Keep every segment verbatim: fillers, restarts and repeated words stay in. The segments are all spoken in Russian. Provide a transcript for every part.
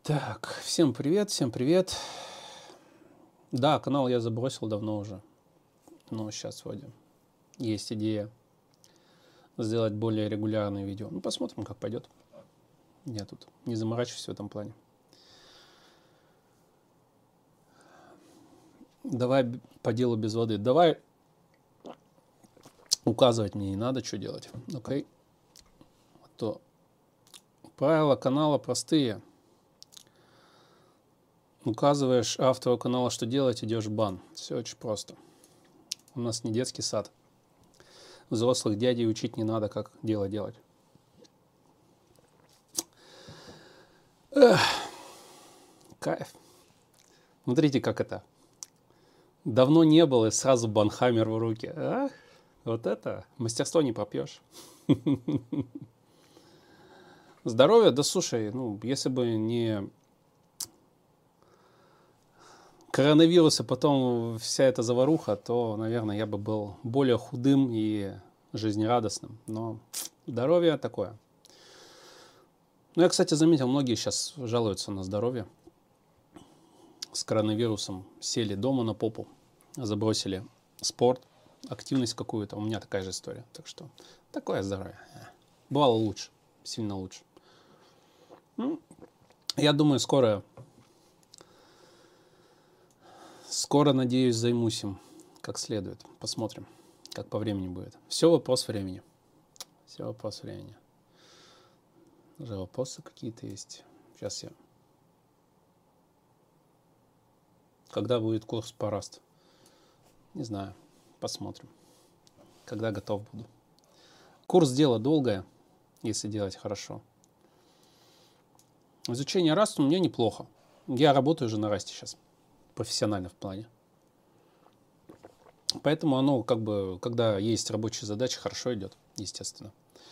Так, всем привет, всем привет. Да, канал я забросил давно уже. Но сейчас вроде есть идея сделать более регулярные видео. Ну, посмотрим, как пойдет. Я тут не заморачиваюсь в этом плане. Давай по делу без воды. Давай указывать мне не надо, что делать. Окей? А то правила канала простые. Указываешь автору канала, что делать, идешь в бан. Все очень просто. У нас не детский сад. Взрослых дядей учить не надо, как дело делать. Эх, кайф. Смотрите, как это. Давно не было, и сразу банхаммер в руки. А? Вот это мастерство не попьешь. Здоровье, да слушай, ну, если бы не коронавирус, и потом вся эта заваруха, то, наверное, я бы был более худым и жизнерадостным. Но здоровье такое. Ну, я, кстати, заметил, многие сейчас жалуются на здоровье. С коронавирусом сели дома на попу, забросили спорт, активность какую-то. У меня такая же история. Так что такое здоровье. Бывало лучше, сильно лучше. Ну, я думаю, скоро, скоро, надеюсь, займусь им как следует. Посмотрим, как по времени будет. Все вопрос времени. Все вопрос времени. Уже вопросы какие-то есть. Сейчас я... Когда будет курс по Rust? Не знаю. Посмотрим. Когда готов буду. Курс дело долгое, если делать хорошо. Изучение Rust у меня неплохо. Я работаю уже на Rust сейчас. Профессионально в плане. Поэтому оно, как бы, когда есть рабочие задачи, хорошо идет, естественно.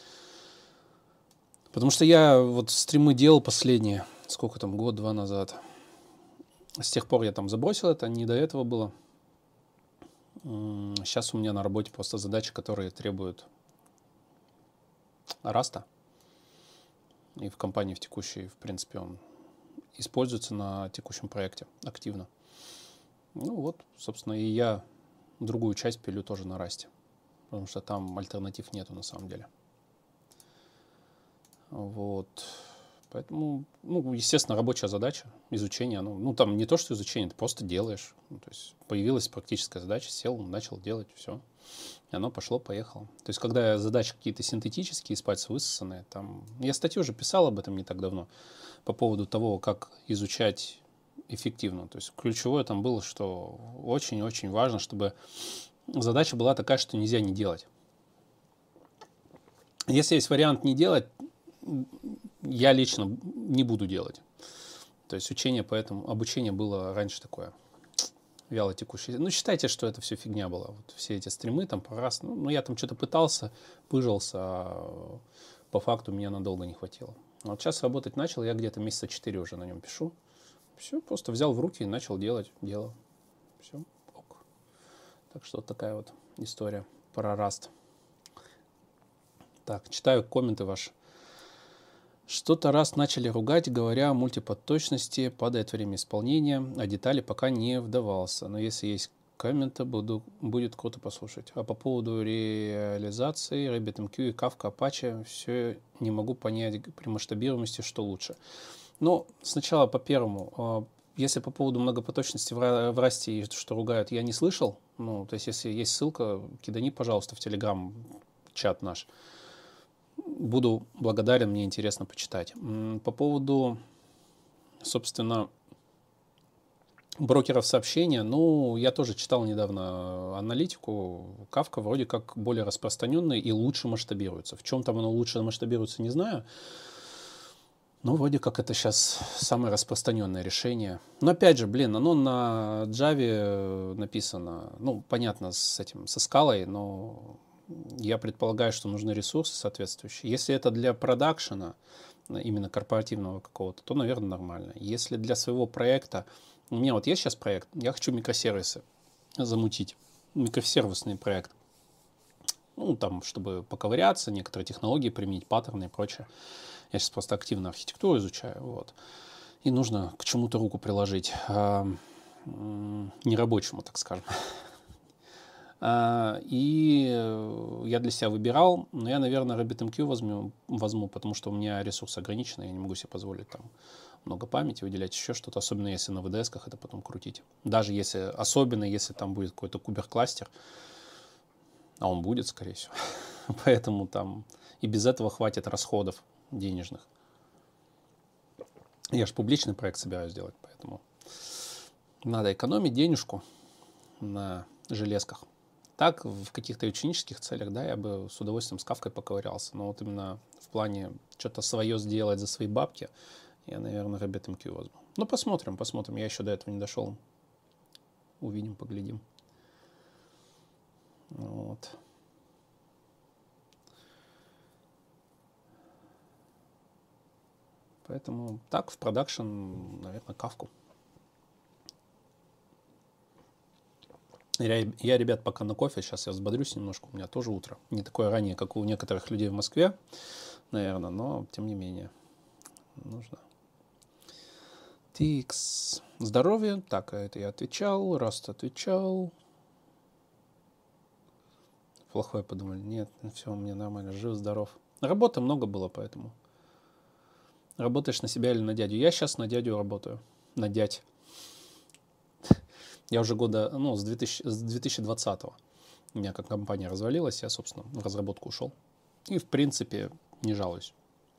Потому что я вот стримы делал последние, сколько там, год-два назад. С тех пор я там забросил это, не до этого было. Сейчас у меня на работе просто задачи, которые требуют Раста. И в компании в текущей, в принципе, он используется на текущем проекте активно. Ну вот, собственно, и я другую часть пилю тоже на Расте. Потому что там альтернатив нету на самом деле. Вот. Поэтому, ну, естественно, рабочая задача, изучение, ну, ну, там не то, что изучение, ты просто делаешь. Ну, то есть появилась практическая задача, сел, начал делать, все. И оно пошло, поехало. То есть, когда задачи какие-то синтетические, из пальца высосанные, там... Я статью уже писал об этом не так давно, по поводу того, как изучать эффективно. То есть, ключевое там было, что очень-очень важно, чтобы задача была такая, что нельзя не делать. Если есть вариант не делать, я лично не буду делать. То есть учение, поэтому обучение было раньше такое вяло текущее. Ну, считайте, что это все фигня была. Вот все эти стримы там по раз. Ну, ну, я там что-то пытался, пыжился, а по факту меня надолго не хватило. А вот сейчас работать начал, я где-то месяца четыре уже на нем пишу. Все, просто взял в руки и начал делать дело. Все, ок. Так что вот такая вот история про Rust. Так, читаю комменты ваши. Что-то раз начали ругать, говоря о мультиподточности, падает время исполнения, а детали пока не вдавался. Но если есть комменты, буду, будет круто послушать. А по поводу реализации RabbitMQ и Kafka Apache все не могу понять при масштабируемости, что лучше. Но сначала по первому. Если по поводу многопоточности в Rust, что ругают, я не слышал. Ну, то есть, если есть ссылка, кидани, пожалуйста, в Telegram чат наш. Буду благодарен, мне интересно почитать. По поводу, собственно, брокеров сообщения, ну, я тоже читал недавно аналитику. Kafka вроде как более распространенный и лучше масштабируется. В чем там оно лучше масштабируется, не знаю. Но вроде как это сейчас самое распространенное решение. Но опять же, блин, оно на Java написано, ну, понятно, с этим, со скалой, но... Я предполагаю, что нужны ресурсы соответствующие. Если это для продакшена, именно корпоративного какого-то, то, наверное, нормально. Если для своего проекта... У меня вот есть сейчас проект, я хочу микросервисы замутить. Микросервисный проект. Ну, там, чтобы поковыряться, некоторые технологии применить, паттерны и прочее. Я сейчас просто активно архитектуру изучаю. Вот. и нужно к чему-то руку приложить, а, нерабочему, так скажем. А, и я для себя выбирал, но я, наверное, RabbitMQ возьму, возьму, потому что у меня ресурс ограниченный, я не могу себе позволить там много памяти выделять, еще что-то, особенно если на ви ди эс-ках это потом крутить. Даже если, особенно если там будет какой-то кубер-кластер, а он будет, скорее всего. Поэтому там и без этого хватит расходов денежных. Я же публичный проект собираюсь делать, поэтому надо экономить денежку на железках. Так, в каких-то ученических целях, да, я бы с удовольствием с Кавкой поковырялся. Но вот именно в плане что-то свое сделать за свои бабки, я, наверное, RabbitMQ возьму. Ну, посмотрим, посмотрим. Я еще до этого не дошел. Увидим, поглядим. Вот. Поэтому так, в продакшн, наверное, Кавку. Я, я, ребят, пока на кофе, сейчас я взбодрюсь немножко, у меня тоже утро. Не такое раннее, как у некоторых людей в Москве, наверное, но тем не менее нужно. Тикс. Здоровье. Так, это я отвечал, Раст отвечал. Плохое подумали. Нет, все, мне нормально, жив, здоров. Работы много было, поэтому. Работаешь на себя или на дядю? Я сейчас на дядю работаю. На дядь. Я уже года, ну, с, две тысячи, с две тысячи двадцатого. У меня как компания развалилась, я, собственно, в разработку ушел. И, в принципе, не жалуюсь.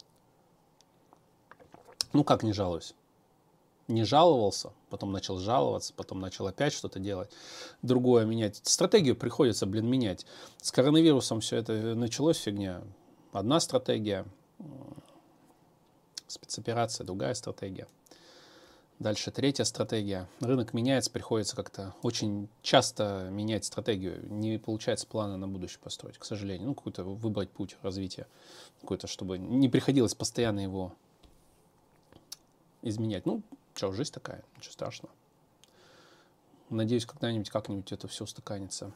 Ну, как не жалуюсь? Не жаловался, потом начал жаловаться, потом начал опять что-то делать. Другое менять. Стратегию приходится, блин, менять. С коронавирусом все это началось фигня. Одна стратегия. Спецоперация, другая стратегия. Дальше третья стратегия. Рынок меняется, приходится как-то очень часто менять стратегию. Не получается планы на будущее построить, к сожалению. Ну, какой-то выбрать путь развития. Какой-то, чтобы не приходилось постоянно его изменять. Ну, что, жизнь такая, ничего страшного. Надеюсь, когда-нибудь, как-нибудь это все устаканится.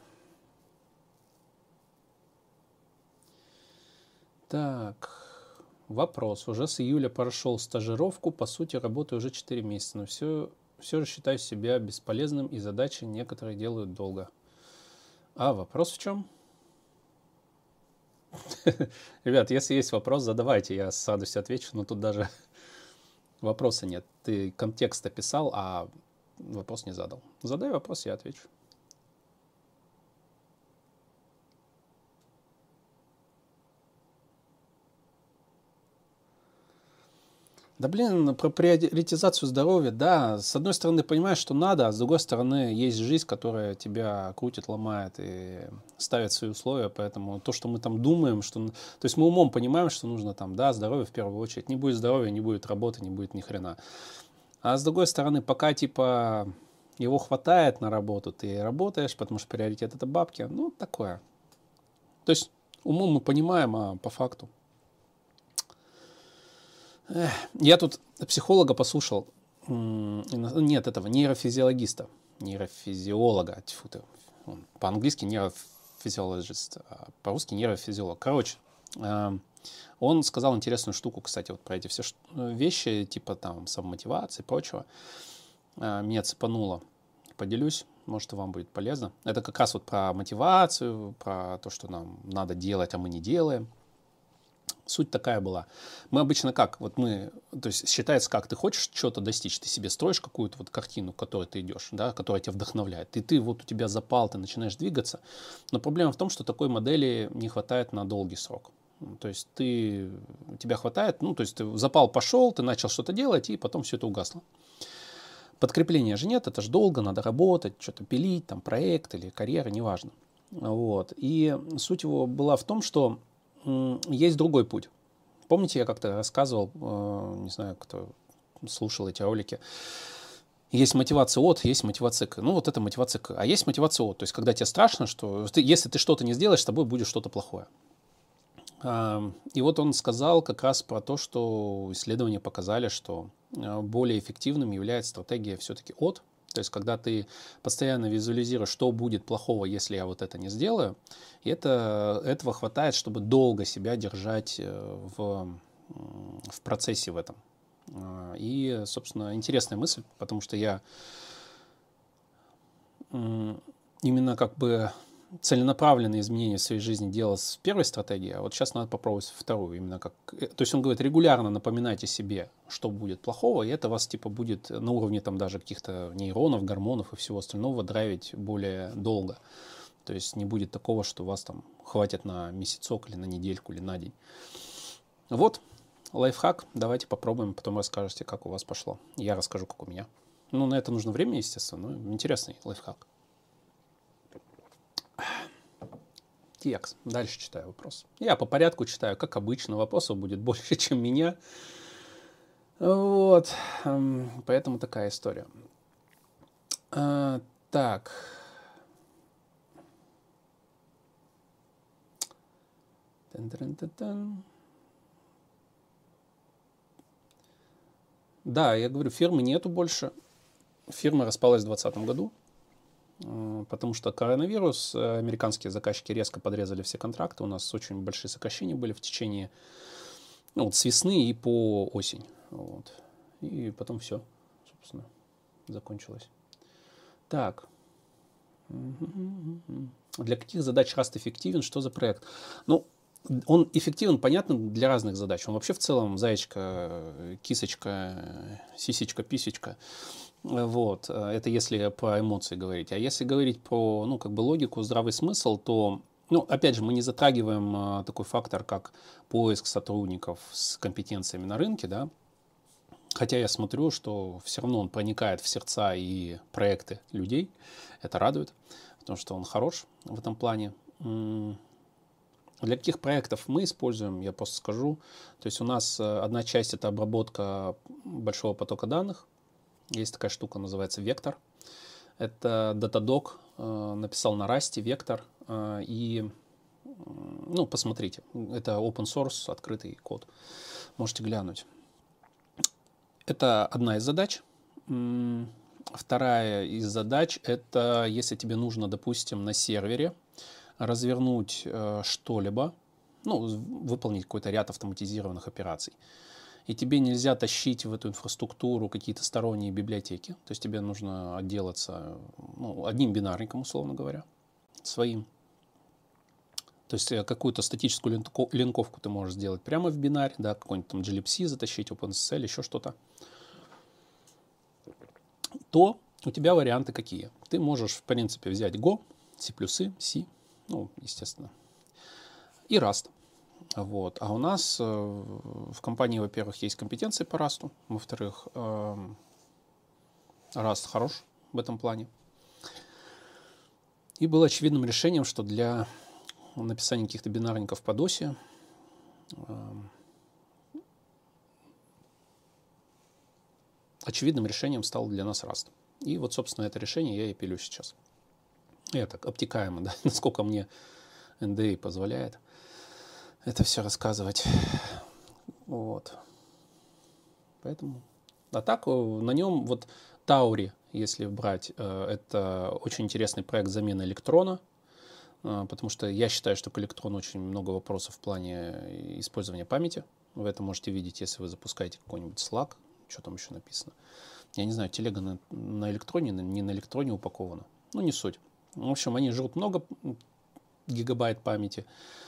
Так... Вопрос. Уже с июля прошел стажировку, по сути, работаю уже четыре месяца, но все, все же считаю себя бесполезным, и задачи некоторые делают долго. А вопрос в чем? Ребят, если есть вопрос, задавайте, я с радостью отвечу, но тут даже вопроса нет. Ты контекст описал, а вопрос не задал. Задай вопрос, я отвечу. Да блин, про приоритизацию здоровья, да, с одной стороны понимаешь, что надо, а с другой стороны есть жизнь, которая тебя крутит, ломает и ставит свои условия, поэтому то, что мы там думаем, что, то есть мы умом понимаем, что нужно там, да, здоровье в первую очередь, не будет здоровья, не будет работы, не будет ни хрена. А с другой стороны, пока типа его хватает на работу, ты работаешь, потому что приоритет это бабки, ну такое. То есть умом мы понимаем, а по факту. Я тут психолога послушал, нет, этого нейрофизиологиста, нейрофизиолога, тьфу ты, по-английски нейрофизиологист, а по-русски нейрофизиолог. Короче, он сказал интересную штуку, кстати, вот про эти все вещи, типа там самомотивации и прочего. Меня цепануло, поделюсь, может, и вам будет полезно. Это как раз вот про мотивацию, про то, что нам надо делать, а мы не делаем. Суть такая была. Мы обычно как? Вот мы, то есть считается как? Ты хочешь что-то достичь, ты себе строишь какую-то вот картину, к которой ты идешь, да, которая тебя вдохновляет. И ты вот у тебя запал, ты начинаешь двигаться. Но проблема в том, что такой модели не хватает на долгий срок. То есть ты, тебя хватает, ну, то есть ты запал пошел, ты начал что-то делать, и потом все это угасло. Подкрепления же нет, это же долго, надо работать, что-то пилить, там, проект или карьера, неважно. Вот. И суть его была в том, что есть другой путь. Помните, я как-то рассказывал, не знаю, кто слушал эти ролики, есть мотивация от, есть мотивация к. Ну, вот это мотивация к. А есть мотивация от. То есть, когда тебе страшно, что ты, если ты что-то не сделаешь, с тобой будет что-то плохое. И вот он сказал как раз про то, что исследования показали, что более эффективным является стратегия все-таки от. То есть, когда ты постоянно визуализируешь, что будет плохого, если я вот это не сделаю, и это, этого хватает, чтобы долго себя держать в, в процессе в этом. И, собственно, интересная мысль, потому что я именно как бы целенаправленные изменения в своей жизни делал с первой стратегией, а вот сейчас надо попробовать вторую. Именно как... То есть он говорит, регулярно напоминайте себе, что будет плохого, и это вас типа будет на уровне там даже каких-то нейронов, гормонов и всего остального драйвить более долго. То есть не будет такого, что вас там хватит на месяцок или на недельку или на день. Вот. Лайфхак, давайте попробуем, потом расскажете, как у вас пошло. Я расскажу, как у меня. Ну, на это нужно время, естественно, но интересный лайфхак. Текст. Дальше читаю вопрос. Я по порядку читаю, как обычно. Вопросов будет больше, чем меня. Вот. Поэтому такая история. А, так. Тан-тан-тан-тан. Да, я говорю, фирмы нету больше. Фирма распалась в двадцатом году, потому что коронавирус, американские заказчики резко подрезали все контракты. У нас очень большие сокращения были в течение, ну, вот с весны и по осень. Вот. И потом все, собственно, закончилось. Так. Для каких задач Rust эффективен? Что за проект? Ну, он эффективен, понятно, для разных задач. Он вообще в целом зайчка, кисочка, сисечка, писечка. Вот. Это если про эмоции говорить. А если говорить про, ну, как бы логику, здравый смысл, то, ну, опять же, мы не затрагиваем а, такой фактор, как поиск сотрудников с компетенциями на рынке, да. Хотя я смотрю, что все равно он проникает в сердца и проекты людей. Это радует, потому что он хорош в этом плане. Для каких проектов мы используем, я просто скажу. То есть у нас одна часть — это обработка большого потока данных. Есть такая штука, называется Вектор. Это Datadog э, написал на Rust Вектор. Э, и, ну, посмотрите, это open source, открытый код. Можете глянуть. Это одна из задач. Вторая из задач — это если тебе нужно, допустим, на сервере развернуть э, что-либо, ну, выполнить какой-то ряд автоматизированных операций. И тебе нельзя тащить в эту инфраструктуру какие-то сторонние библиотеки. То есть тебе нужно отделаться, ну, одним бинарником, условно говоря, своим. То есть какую-то статическую линковку ты можешь сделать прямо в бинаре, да, какой-нибудь там glibc затащить, OpenSSL, еще что-то. То у тебя варианты какие? Ты можешь, в принципе, взять Go, C++, C, ну, естественно, и Rust. Вот. А у нас э, в компании, во-первых, есть компетенции по Rust, во-вторых, э, Rust хорош в этом плане. И было очевидным решением, что для написания каких-то бинарников по досе э, очевидным решением стал для нас Rust. И вот, собственно, это решение я и пилю сейчас. Я так обтекаемо, да, насколько мне эн дэ а позволяет это все рассказывать. Вот. Поэтому. А так на нем вот Таури, если брать, это очень интересный проект замены электрона, потому что я считаю, что к электрону очень много вопросов в плане использования памяти. Вы это можете видеть, если вы запускаете какой-нибудь Slack, что там еще написано. Я не знаю, телега на, на электроне, не на электроне упакована. Ну, не суть. В общем, они жрут много гигабайт памяти.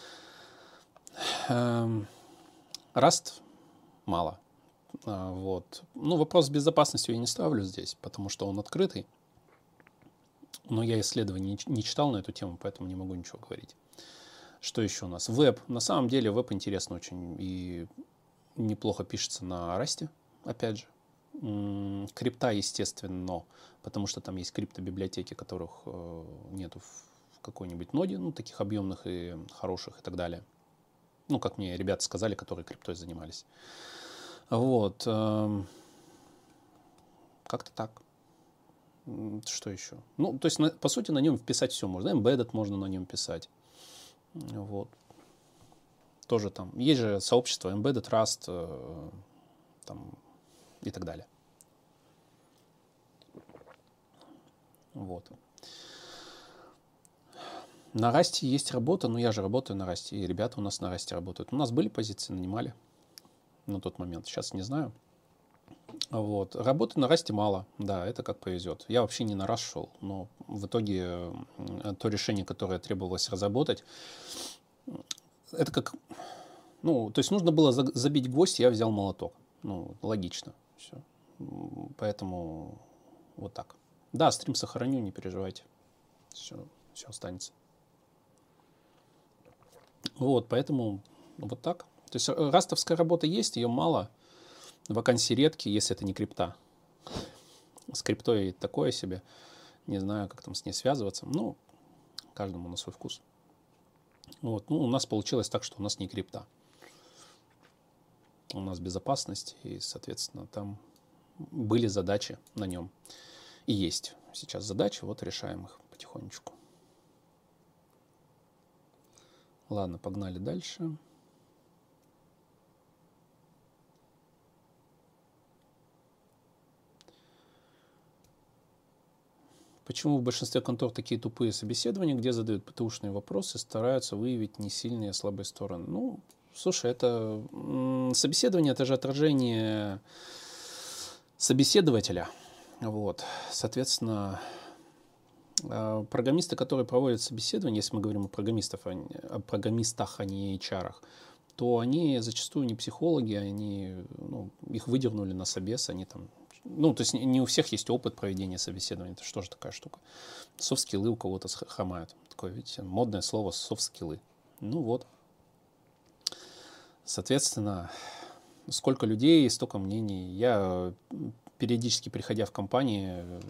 Rust мало. Вот. Ну, вопрос с безопасностью я не ставлю здесь, потому что он открытый. Но я исследований не читал на эту тему, поэтому не могу ничего говорить. Что еще у нас? Веб. На самом деле веб интересно очень и неплохо пишется на Rust, опять же. Крипта, естественно, потому что там есть криптобиблиотеки, которых э, нету в какой-нибудь ноде, ну, таких объемных и хороших и так далее. Ну, как мне ребята сказали, которые криптой занимались. Вот. Э, как-то так. Что еще? Ну, то есть, на, по сути, на нем писать все можно. Embedded можно на нем писать. Вот. Тоже там. Есть же сообщество Embedded, Rust, э, там, и так далее. Вот. На Расте есть работа, но я же работаю на Расте, и ребята у нас на Расте работают. У нас были позиции, нанимали на тот момент, сейчас не знаю. Вот. Работы на расте мало, да, это как повезет. Я вообще не на раз шел, но в итоге м, то решение, которое требовалось разработать, это как, ну, то есть нужно было за- забить гвоздь, я взял молоток. Ну, логично. Все. Поэтому вот так. Да, стрим сохраню, не переживайте. Все, все останется. Вот, поэтому вот так. То есть э, растовская работа есть, ее мало. Вакансии редкие, если это не крипта. С криптой такое себе. Не знаю, как там с ней связываться. Ну, каждому на свой вкус. Вот. Ну, у нас получилось так, что у нас не крипта. У нас безопасность, и, соответственно, там были задачи на нем. И есть сейчас задачи, вот решаем их потихонечку. Ладно, погнали дальше. Почему в большинстве контор такие тупые собеседования, где задают ПТУшные вопросы, стараются выявить не сильные и слабые стороны? Ну, слушай, это м, собеседование, это же отражение собеседователя. Вот, соответственно, э, программисты, которые проводят собеседование, если мы говорим о программистах, а не- о программистах, а не эйч ар, то они зачастую не психологи, они, ну, их выдернули на собес, они там, ну, то есть не не у всех есть опыт проведения собеседования, это что же такая штука. Софт-скиллы у кого-то сх- хромают. Такое, видите, модное слово софт-скиллы. Ну вот, соответственно, сколько людей, столько мнений. Я м, периодически, приходя в компании, э,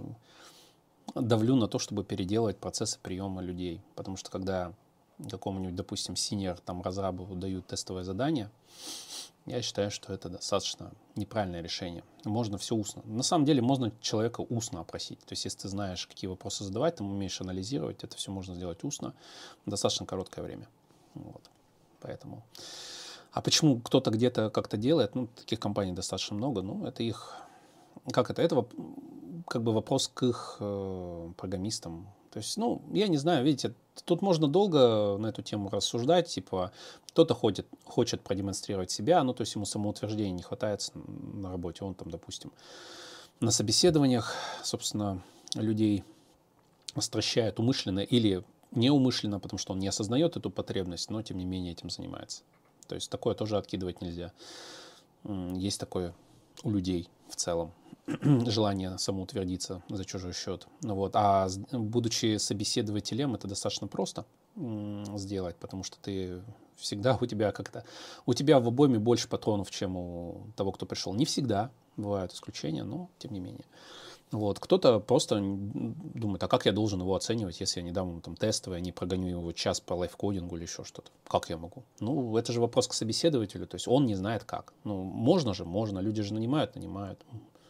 давлю на то, чтобы переделать процессы приема людей. Потому что когда какому-нибудь, допустим, синьор там разрабу дают тестовое задание, я считаю, что это достаточно неправильное решение. Можно все устно. На самом деле можно человека устно опросить. То есть, если ты знаешь, какие вопросы задавать, ты умеешь анализировать, это все можно сделать устно в достаточно короткое время. Вот. Поэтому. А почему кто-то где-то как-то делает? Ну, таких компаний достаточно много. Ну, это их. Как это? Это как бы вопрос к их э, программистам. То есть, ну, я не знаю, видите, тут можно долго на эту тему рассуждать, типа, кто-то ходит, хочет продемонстрировать себя, ну, то есть ему самоутверждения не хватает на работе, он там, допустим, на собеседованиях, собственно, людей стращает умышленно или неумышленно, потому что он не осознает эту потребность, но, тем не менее, этим занимается. То есть, такое тоже откидывать нельзя. Есть такое у людей в целом желание самоутвердиться за чужой счет. Ну вот. А будучи собеседователем, это достаточно просто сделать, потому что ты всегда у тебя как-то... У тебя в обойме больше патронов, чем у того, кто пришел. Не всегда, бывают исключения, но тем не менее. Вот. Кто-то просто думает, а как я должен его оценивать, если я не дам ему там тестовое, не прогоню его час по лайфкодингу или еще что-то. Как я могу? Ну, это же вопрос к собеседователю, то есть он не знает как. Ну, можно же, можно, люди же нанимают, нанимают.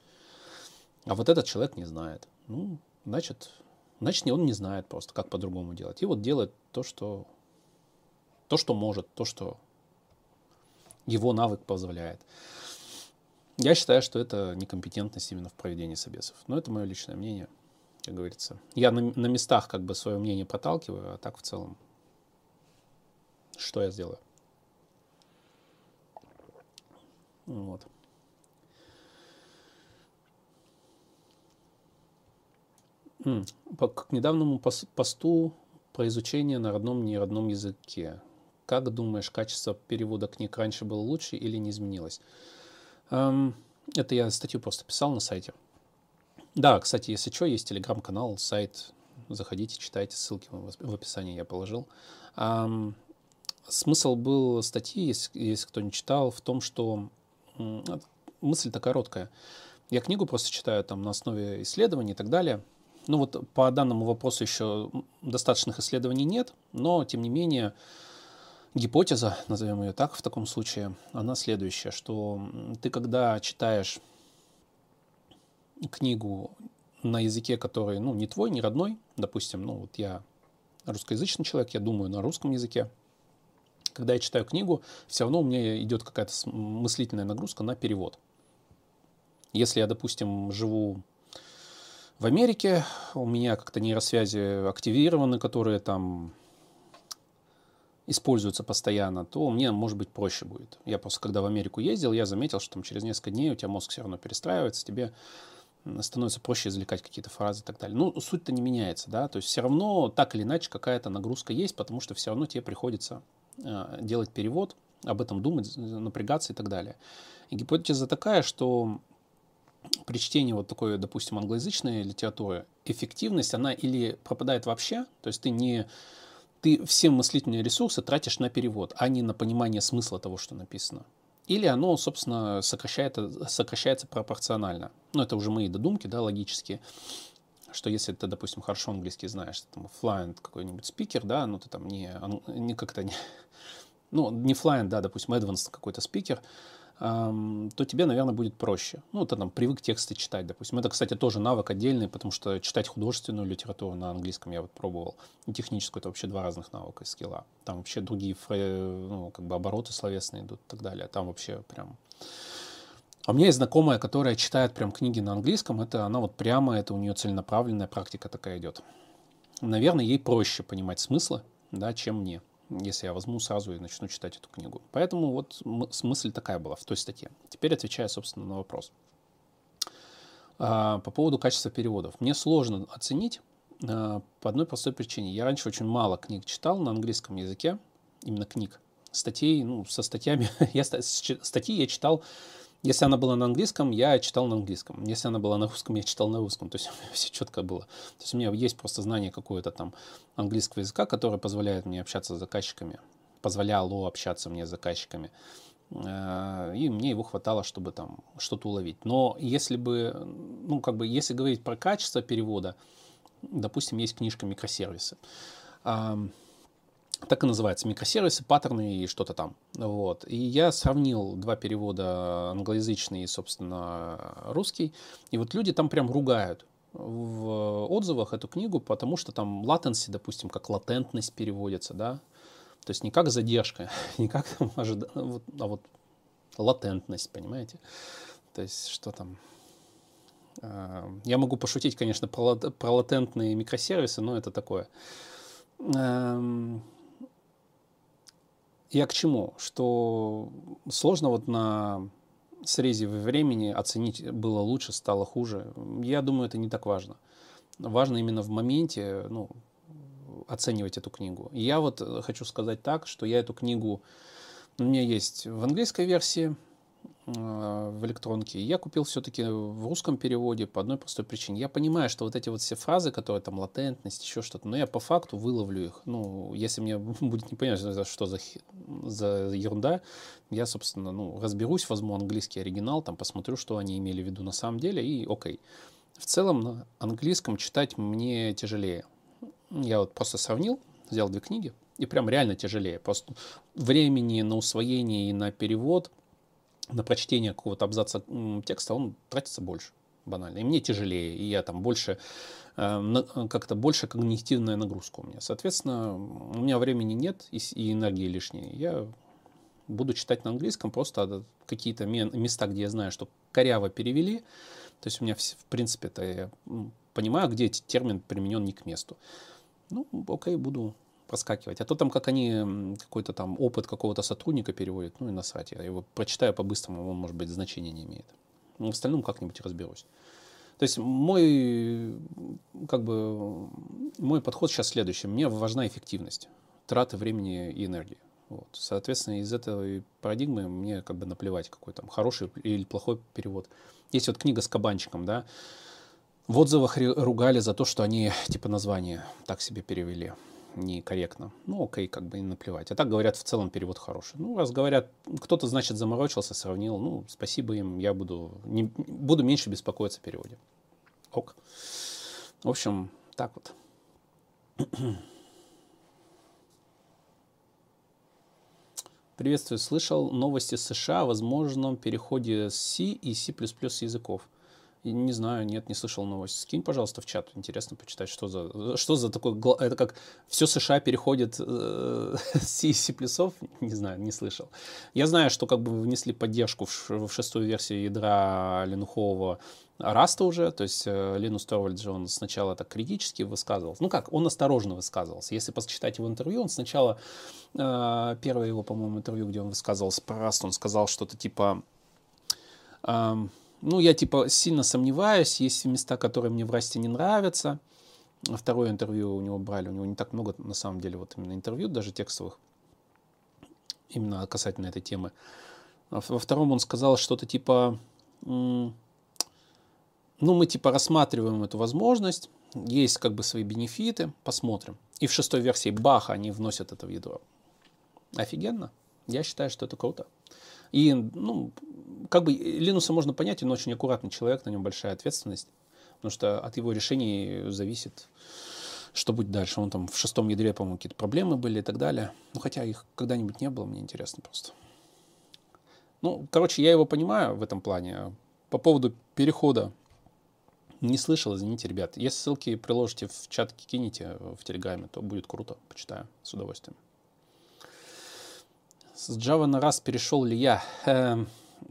А вот этот человек не знает. Ну, значит, значит, он не знает просто, как по-другому делать. И вот делает то, что, то, что может, то, что его навык позволяет. Я считаю, что это некомпетентность именно в проведении собесов. Но это мое личное мнение, как говорится. Я на, на местах как бы свое мнение проталкиваю, а так в целом, что я сделаю? Вот. М, По, к недавнему пос- посту про изучение на родном и неродном языке. Как думаешь, качество перевода книг раньше было лучше или не изменилось? Эм, Это я статью просто писал на сайте. Да, кстати, если что, есть телеграм-канал, сайт. Заходите, читайте, ссылки в в описании я положил. Ам, Смысл был статьи, если, если кто не читал, в том, что м, а, мысль-то короткая. Я книгу просто читаю там на основе исследований и так далее. Ну вот по данному вопросу еще достаточных исследований нет, но тем не менее гипотеза, назовем ее так в таком случае, она следующая, что м, ты когда читаешь книгу на языке, который, ну, не твой, не родной, допустим, ну, вот я русскоязычный человек, я думаю на русском языке, когда я читаю книгу, все равно у меня идет какая-то мыслительная нагрузка на перевод. Если я, допустим, живу в Америке, у меня как-то нейросвязи активированы, которые там используются постоянно, то мне, может быть, проще будет. Я просто, когда в Америку ездил, я заметил, что там через несколько дней у тебя мозг все равно перестраивается, тебе становится проще извлекать какие-то фразы и так далее. Ну, суть-то не меняется, да, то есть все равно так или иначе какая-то нагрузка есть, потому что все равно тебе приходится э, делать перевод, об этом думать, напрягаться и так далее. И гипотеза такая, что при чтении вот такой, допустим, англоязычной литературы эффективность, она или пропадает вообще, то есть ты не ты все мыслительные ресурсы тратишь на перевод, а не на понимание смысла того, что написано. Или оно, собственно, сокращает, сокращается пропорционально. Ну, это уже мои додумки, да, логические, что если ты, допустим, хорошо английский знаешь, там, fluent какой-нибудь спикер, да, ну, ты там не, не как-то не, ну, не fluent, да, допустим, advanced какой-то спикер, то тебе, наверное, будет проще. Ну, ты там привык тексты читать, допустим. Это, кстати, тоже навык отдельный, потому что читать художественную литературу на английском я вот пробовал. И техническую — это вообще два разных навыка и скилла. Там вообще другие, ну, как бы обороты словесные идут и так далее. Там вообще прям... А у меня есть знакомая, которая читает прям книги на английском. Это она вот прямо, это у нее целенаправленная практика такая идет. Наверное, ей проще понимать смыслы, да, чем мне, если я возьму сразу и начну читать эту книгу. Поэтому вот мысль такая была в той статье. Теперь отвечая, собственно, на вопрос. А, по поводу качества переводов. Мне сложно оценить а, по одной простой причине. Я раньше очень мало книг читал на английском языке, именно книг. Статей, ну, со статьями, я, статьи я читал, если она была на английском, я читал на английском. Если она была на русском, я читал на русском. То есть у меня все четко было. То есть у меня есть просто знание какое-то там английского языка, которое позволяет мне общаться с заказчиками. Позволяло общаться мне с заказчиками. И мне его хватало, чтобы там что-то уловить. Но если бы, ну, как бы, если говорить про качество перевода, допустим, есть книжка «Микросервисы». Так и называется, микросервисы, паттерны и что-то там. Вот. И я сравнил два перевода, англоязычный и, собственно, русский. И вот люди там прям ругают в отзывах эту книгу, потому что там latency, допустим, как латентность переводится, да. То есть не как задержка, не как ожида... а вот латентность, понимаете. То есть что там... Я могу пошутить, конечно, про, про латентные микросервисы, но это такое... Я к чему? Что сложно вот на срезе времени оценить, было лучше, стало хуже. Я думаю, это не так важно. Важно именно в моменте, ну, оценивать эту книгу. И я вот хочу сказать так, что я эту книгу, у меня есть в английской версии, в электронке. Я купил все-таки в русском переводе по одной простой причине. Я понимаю, что вот эти вот все фразы, которые там латентность, еще что-то, но я по факту выловлю их. Ну, если мне будет непонятно, что за, за ерунда, я, собственно, ну, разберусь, возьму английский оригинал, там посмотрю, что они имели в виду на самом деле, и окей. В целом на английском читать мне тяжелее. Я вот просто сравнил, взял две книги, и прям реально тяжелее. Просто времени на усвоение и на перевод, на прочтение какого-то абзаца текста, он тратится больше, банально. И мне тяжелее, и я там больше, э, как-то больше когнитивная нагрузка у меня. Соответственно, у меня времени нет и, и энергии лишней. Я буду читать на английском просто какие-то места, где я знаю, что коряво перевели. То есть у меня, в принципе-то, я понимаю, где этот термин применен не к месту. Ну, окей, буду проскакивать. А то там, как они какой-то там опыт какого-то сотрудника переводят, ну и насрать. Я его прочитаю по-быстрому, он, может быть, значения не имеет. Но в остальном как-нибудь разберусь. То есть мой, как бы, мой подход сейчас следующий. Мне важна эффективность, траты времени и энергии. Вот. Соответственно, из этой парадигмы мне как бы наплевать, какой там хороший или плохой перевод. Есть вот книга с кабанчиком, да. В отзывах ругали за то, что они типа название так себе перевели некорректно. Ну, окей, как бы не наплевать. А так говорят, в целом перевод хороший. Ну, раз говорят, кто-то, значит, заморочился, сравнил, ну, спасибо им, я буду, не, буду меньше беспокоиться о переводе. Ок. В общем, так вот. Приветствую, слышал новости США о возможном переходе с C и C++ языков. И не знаю, нет, не слышал новость. Скинь, пожалуйста, в чат. Интересно почитать, что за, что за такое... Это как все США переходит э, с C и C++? Не знаю, не слышал. Я знаю, что как бы внесли поддержку в, в шестую версию ядра линухового Раста уже, то есть э, Линус Торвальдс же он сначала так критически высказывался. Ну как, он осторожно высказывался. Если почитать его интервью, он сначала, э, первое его, по-моему, интервью, где он высказывался про Раст, он сказал что-то типа, э, ну я типа сильно сомневаюсь, есть места, которые мне в Расте не нравятся. Второе интервью у него брали, у него не так много на самом деле вот именно интервью, даже текстовых, именно касательно этой темы. Во втором он сказал что-то типа... Ну, мы типа рассматриваем эту возможность, есть как бы свои бенефиты, посмотрим. И в шестой версии баха они вносят это в ядро. Офигенно. Я считаю, что это круто. И, ну, как бы Линуса можно понять, он очень аккуратный человек, на нем большая ответственность, потому что от его решений зависит, что будет дальше. Он там в шестом ядре, по-моему, какие-то проблемы были и так далее. Ну, хотя их когда-нибудь не было, мне интересно просто. Ну, короче, я его понимаю в этом плане. По поводу перехода не слышал, извините, ребят. Если ссылки приложите в чат, кинете в Телеграме, то будет круто. Почитаю с удовольствием. С Java на Rust перешел ли я? Я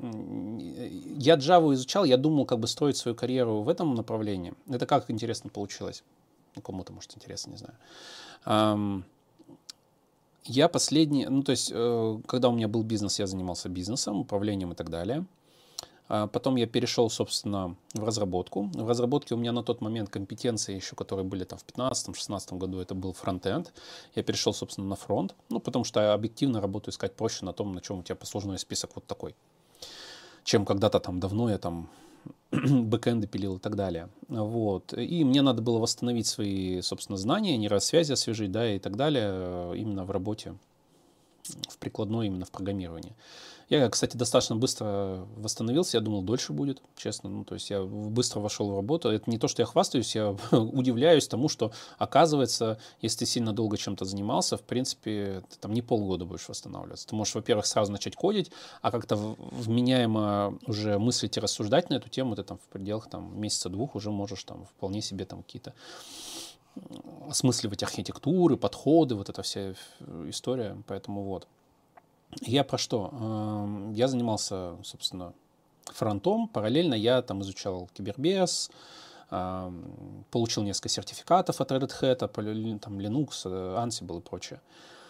Java изучал, я думал, как бы строить свою карьеру в этом направлении. Это как интересно получилось. Ну, кому-то, может, интересно, не знаю. Я последний, ну, то есть, когда у меня был бизнес, я занимался бизнесом, управлением и так далее. Потом я перешел, собственно, в разработку. В разработке у меня на тот момент компетенции еще, которые были там в пятнадцатом-шестнадцатом году, это был фронтенд. Я перешел, собственно, на фронт, ну, потому что объективно работу искать проще на том, на чем у тебя послужной список вот такой, чем когда-то там давно я там бэкэнды пилил и так далее. Вот. И мне надо было восстановить свои, собственно, знания, нейросвязи освежить, да, и так далее, именно в работе, в прикладной, именно в программировании. Я, кстати, достаточно быстро восстановился, я думал, дольше будет, честно. Ну, то есть я быстро вошел в работу. Это не то, что я хвастаюсь, я удивляюсь тому, что, оказывается, если ты сильно долго чем-то занимался, в принципе, ты там не полгода будешь восстанавливаться. Ты можешь, во-первых, сразу начать кодить, а как-то вменяемо уже мыслить и рассуждать на эту тему, ты там в пределах там, месяца-двух уже можешь там вполне себе там какие-то осмысливать архитектуры, подходы, вот эта вся история. Поэтому вот. Я про что? Я занимался, собственно, фронтом. Параллельно я там изучал кибербез, получил несколько сертификатов от Red Hat, там Linux, Ansible и прочее.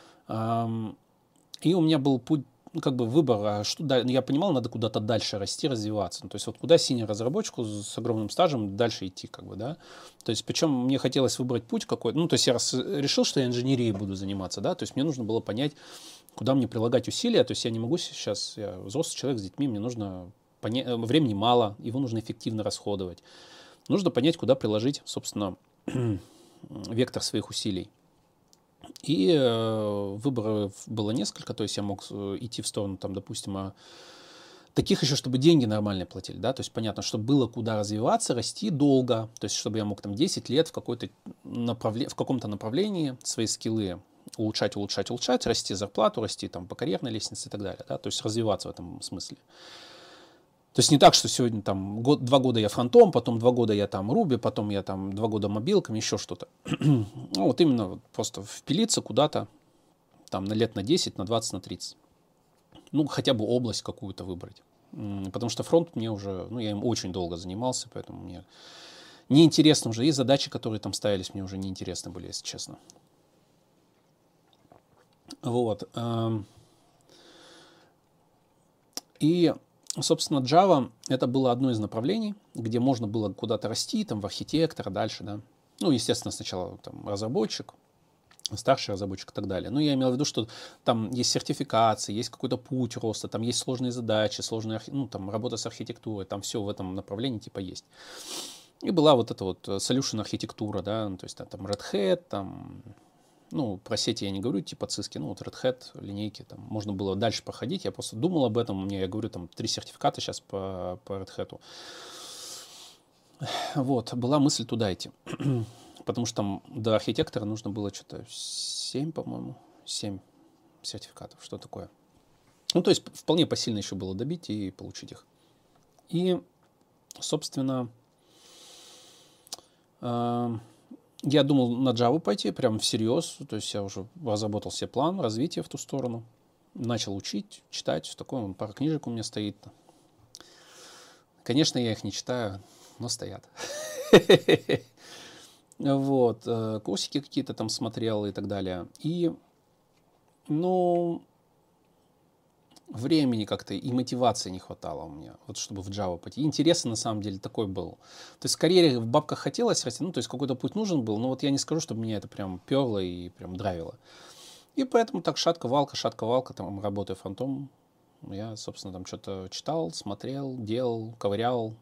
И у меня был путь, ну, как бы выбор, а что, да, я понимал, надо куда-то дальше расти, развиваться. Ну, то есть вот куда синер разработчику с огромным стажем дальше идти, как бы, да. То есть причем мне хотелось выбрать путь какой-то, ну, то есть я раз решил, что я инженерией буду заниматься, да, то есть мне нужно было понять, куда мне прилагать усилия, то есть я не могу сейчас, я взрослый человек с детьми, мне нужно понять, времени мало, его нужно эффективно расходовать. Нужно понять, куда приложить, собственно, вектор своих усилий. И э, выборов было несколько, то есть я мог идти в сторону, там, допустим, а, таких еще, чтобы деньги нормально платили, да, то есть понятно, чтобы было куда развиваться, расти долго, то есть чтобы я мог там десять лет в, какой-то направле... в каком-то направлении свои скиллы улучшать, улучшать, улучшать, расти зарплату, расти там по карьерной лестнице и так далее, да, то есть развиваться в этом смысле. То есть не так, что сегодня там год, два года я фронтом, потом два года я там Руби, потом я там два года мобилками, еще что-то. Ну, вот именно вот просто впилиться куда-то там на лет на десять, на двадцать, на тридцать. Ну, хотя бы область какую-то выбрать. Потому что фронт мне уже, ну, я им очень долго занимался, поэтому мне неинтересно уже. И задачи, которые там ставились, мне уже неинтересны были, если честно. Вот. И, собственно, Java — это было одно из направлений, где можно было куда-то расти, там, в архитектора, дальше, да. Ну, естественно, сначала там разработчик, старший разработчик и так далее. Но я имел в виду, что там есть сертификации, есть какой-то путь роста, там есть сложные задачи, сложная, ну, там, работа с архитектурой, там все в этом направлении типа есть. И была вот эта вот solution архитектура, да, то есть там Red Hat, там, ну, про сети я не говорю, типа Cisco, ну, вот Red Hat, линейки, там, можно было дальше проходить, я просто думал об этом, у меня, я говорю, там, три сертификата сейчас по, по Red Hat. Вот, была мысль туда идти, потому что там до архитектора нужно было что-то семь, по-моему, семь сертификатов, что такое. Ну, то есть вполне посильно еще было добить и получить их. И, собственно, я думал на Java пойти, прям всерьез, то есть я уже разработал себе план развития в ту сторону, начал учить, читать, такое, пара книжек у меня стоит. Конечно, я их не читаю, но стоят. Вот, э, курсики какие-то там смотрел и так далее. И, ну, времени как-то и мотивации не хватало у меня, вот чтобы в Java пойти. Интерес на самом деле такой был. То есть в карьере в бабках хотелось расти, ну, то есть какой-то путь нужен был, но вот я не скажу, чтобы меня это прям перло и прям драйвило. И поэтому так шатко-валка, шатко-валка, там, работая фронтом, я, собственно, там что-то читал, смотрел, делал, ковырял.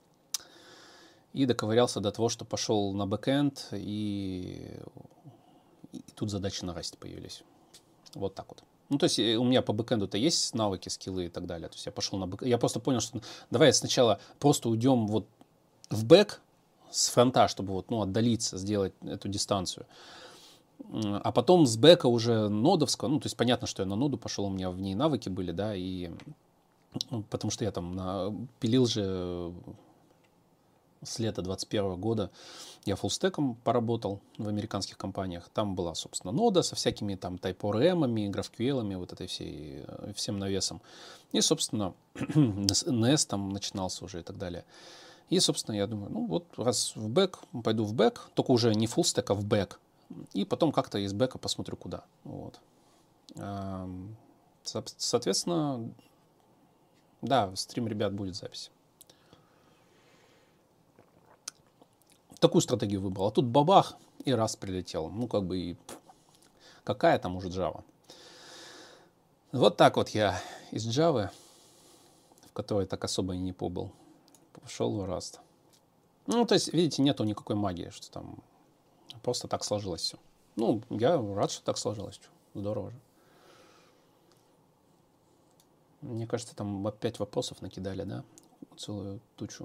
И доковырялся до того, что пошел на бэкэнд, и, и тут задачи на расте появились. Вот так вот. Ну, то есть у меня по бэкэнду-то есть навыки, скиллы и так далее. То есть я пошел на бэкэнд. Я просто понял, что давай сначала просто уйдем вот в бэк с фронта, чтобы вот, ну, отдалиться, сделать эту дистанцию. А потом с бэка уже нодовского, ну, то есть понятно, что я на ноду пошел, у меня в ней навыки были, да, и ну, потому что я там на, пилил же с лета двадцать первого года, я фуллстеком поработал в американских компаниях. Там была, собственно, нода со всякими там TypeORM, GraphQL, вот этой всей, всем навесом. И, собственно, Nest там начинался уже и так далее. И, собственно, я думаю, ну вот раз в бэк, пойду в бэк, только уже не фуллстек, а в бэк. И потом как-то из бэка посмотрю куда. Вот. Соответственно, да, стрим, ребят, будет запись. Такую стратегию выбрал. А тут бабах, и раз прилетел. Ну, как бы, и какая там уже Java. Вот так вот я из Java, в которой так особо и не побыл, пошел в Rust. Ну, то есть, видите, нету никакой магии, что там просто так сложилось все. Ну, я рад, что так сложилось. Здорово же. Мне кажется, там опять вопросов накидали, да? Целую тучу.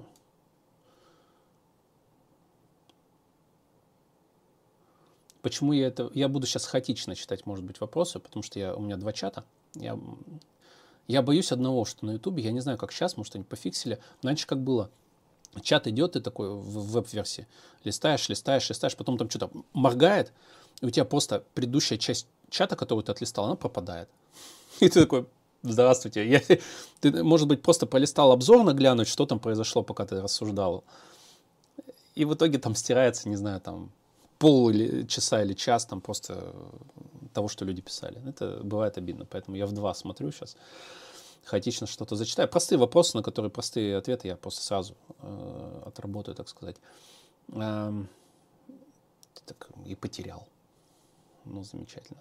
Почему я это... Я буду сейчас хаотично читать, может быть, вопросы, потому что я, у меня два чата. Я, я боюсь одного, что на Ютубе, я не знаю, как сейчас, может, они пофиксили. Но раньше как было. Чат идет, ты такой в веб-версии. Листаешь, листаешь, листаешь, потом там что-то моргает, и у тебя просто предыдущая часть чата, которую ты отлистал, она пропадает. И ты такой, здравствуйте. Я, ты, может быть, просто полистал обзорно глянуть, что там произошло, пока ты рассуждал. И в итоге там стирается, не знаю, там пол или часа или час там просто того, что люди писали. Это бывает обидно, поэтому я в два смотрю сейчас, хаотично что-то зачитаю. Простые вопросы, на которые простые ответы я просто сразу э, отработаю, так сказать. Эм, так, и потерял. Ну, замечательно.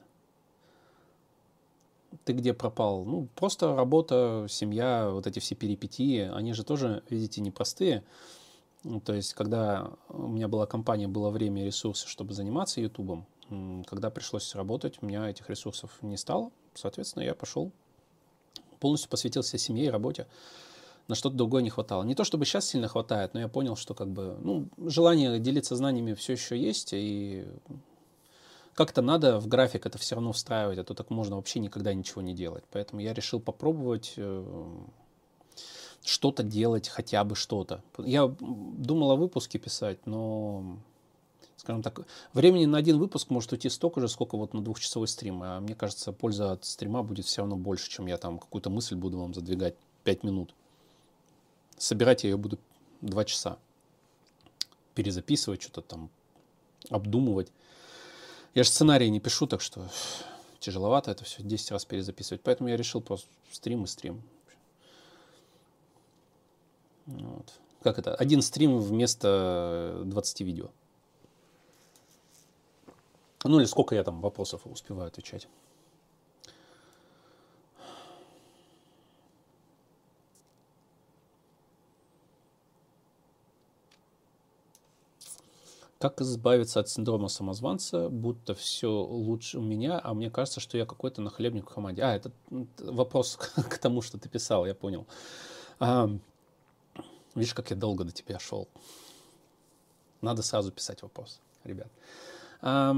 Ты где пропал? Ну, просто работа, семья, вот эти все перипетии, они же тоже, видите, непростые. То есть, когда у меня была компания, было время и ресурсы, чтобы заниматься Ютубом, когда пришлось работать, у меня этих ресурсов не стало. Соответственно, я пошел, полностью посвятился семье и работе. На что-то другое не хватало. Не то, чтобы сейчас сильно хватает, но я понял, что как бы, ну, желание делиться знаниями все еще есть, и как-то надо в график это все равно встраивать, а то так можно вообще никогда ничего не делать. Поэтому я решил попробовать что-то делать, хотя бы что-то. Я думал о выпуске писать, но, скажем так, времени на один выпуск может уйти столько же, сколько вот на двухчасовой стрим. А мне кажется, польза от стрима будет все равно больше, чем я там какую-то мысль буду вам задвигать пять минут. Собирать я ее буду два часа. Перезаписывать, что-то там обдумывать. Я же сценарий не пишу, так что тяжеловато это все десять раз перезаписывать. Поэтому я решил просто стрим и стрим. Вот. Как это? Один стрим вместо двадцати видео. Ну или сколько я там вопросов успеваю отвечать. Как избавиться от синдрома самозванца, будто все лучше у меня, а мне кажется, что я какой-то нахлебник в команде. А, это вопрос к тому, что ты писал, я понял. А, видишь, как я долго до тебя шел. Надо сразу писать вопрос, ребят. А,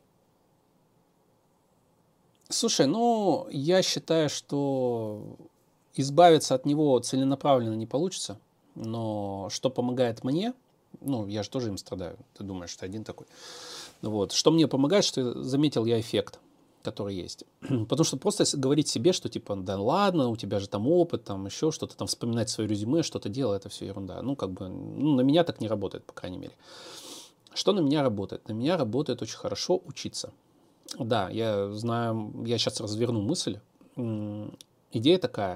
слушай, ну, я считаю, что избавиться от него целенаправленно не получится, но что помогает мне, ну, я же тоже им страдаю, ты думаешь, что один такой. Вот. Что мне помогает, что заметил я эффект. который есть. Потому что просто говорить себе, что типа, да ладно, у тебя же там опыт, там еще что-то, там вспоминать свое резюме, что-то делать, это все ерунда. Ну, как бы, ну, на меня так не работает, по крайней мере. Что на меня работает? На меня работает очень хорошо учиться. Да, я знаю, я сейчас разверну мысль. Идея такая.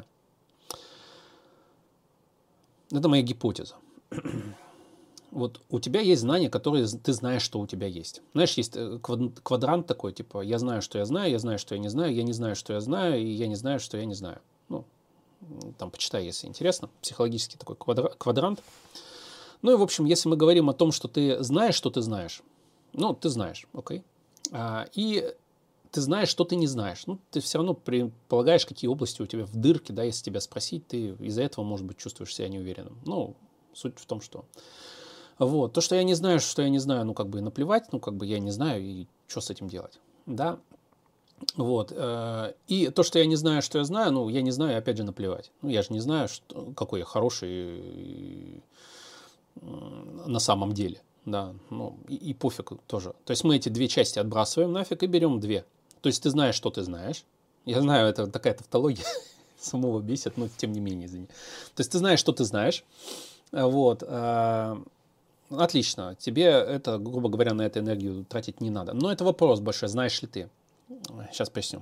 Это моя гипотеза. Вот у тебя есть знания, которые ты знаешь, что у тебя есть. Знаешь, есть квадрант такой, типа, я знаю, что я знаю, я знаю, что я не знаю, я не знаю, что я знаю, и я не знаю, что я не знаю. Ну, там, почитай, если интересно. Психологический такой квадрант. Ну и, в общем, если мы говорим о том, что ты знаешь, что ты знаешь, ну, ты знаешь, окей. А, и ты знаешь, что ты не знаешь. Ну, ты все равно предполагаешь, какие области у тебя в дырке, да, если тебя спросить, ты из-за этого, может быть, чувствуешь себя неуверенным. Ну, суть в том, что... Вот. То, что я не знаю, что я не знаю, ну, как бы наплевать, ну, как бы я не знаю, и что с этим делать, да. Вот. И то, что я не знаю, что я знаю, ну, я не знаю, опять же, наплевать. Ну, я же не знаю, что, какой я хороший на самом деле, да, ну, и, и пофиг тоже. То есть мы эти две части отбрасываем нафиг и берем две. То есть ты знаешь, что ты знаешь. Я знаю, это такая тавтология, самого бесит, но тем не менее, извини. То есть ты знаешь, что ты знаешь, вот. Отлично, тебе это, грубо говоря, на эту энергию тратить не надо. Но это вопрос большой, знаешь ли ты? Сейчас поясню.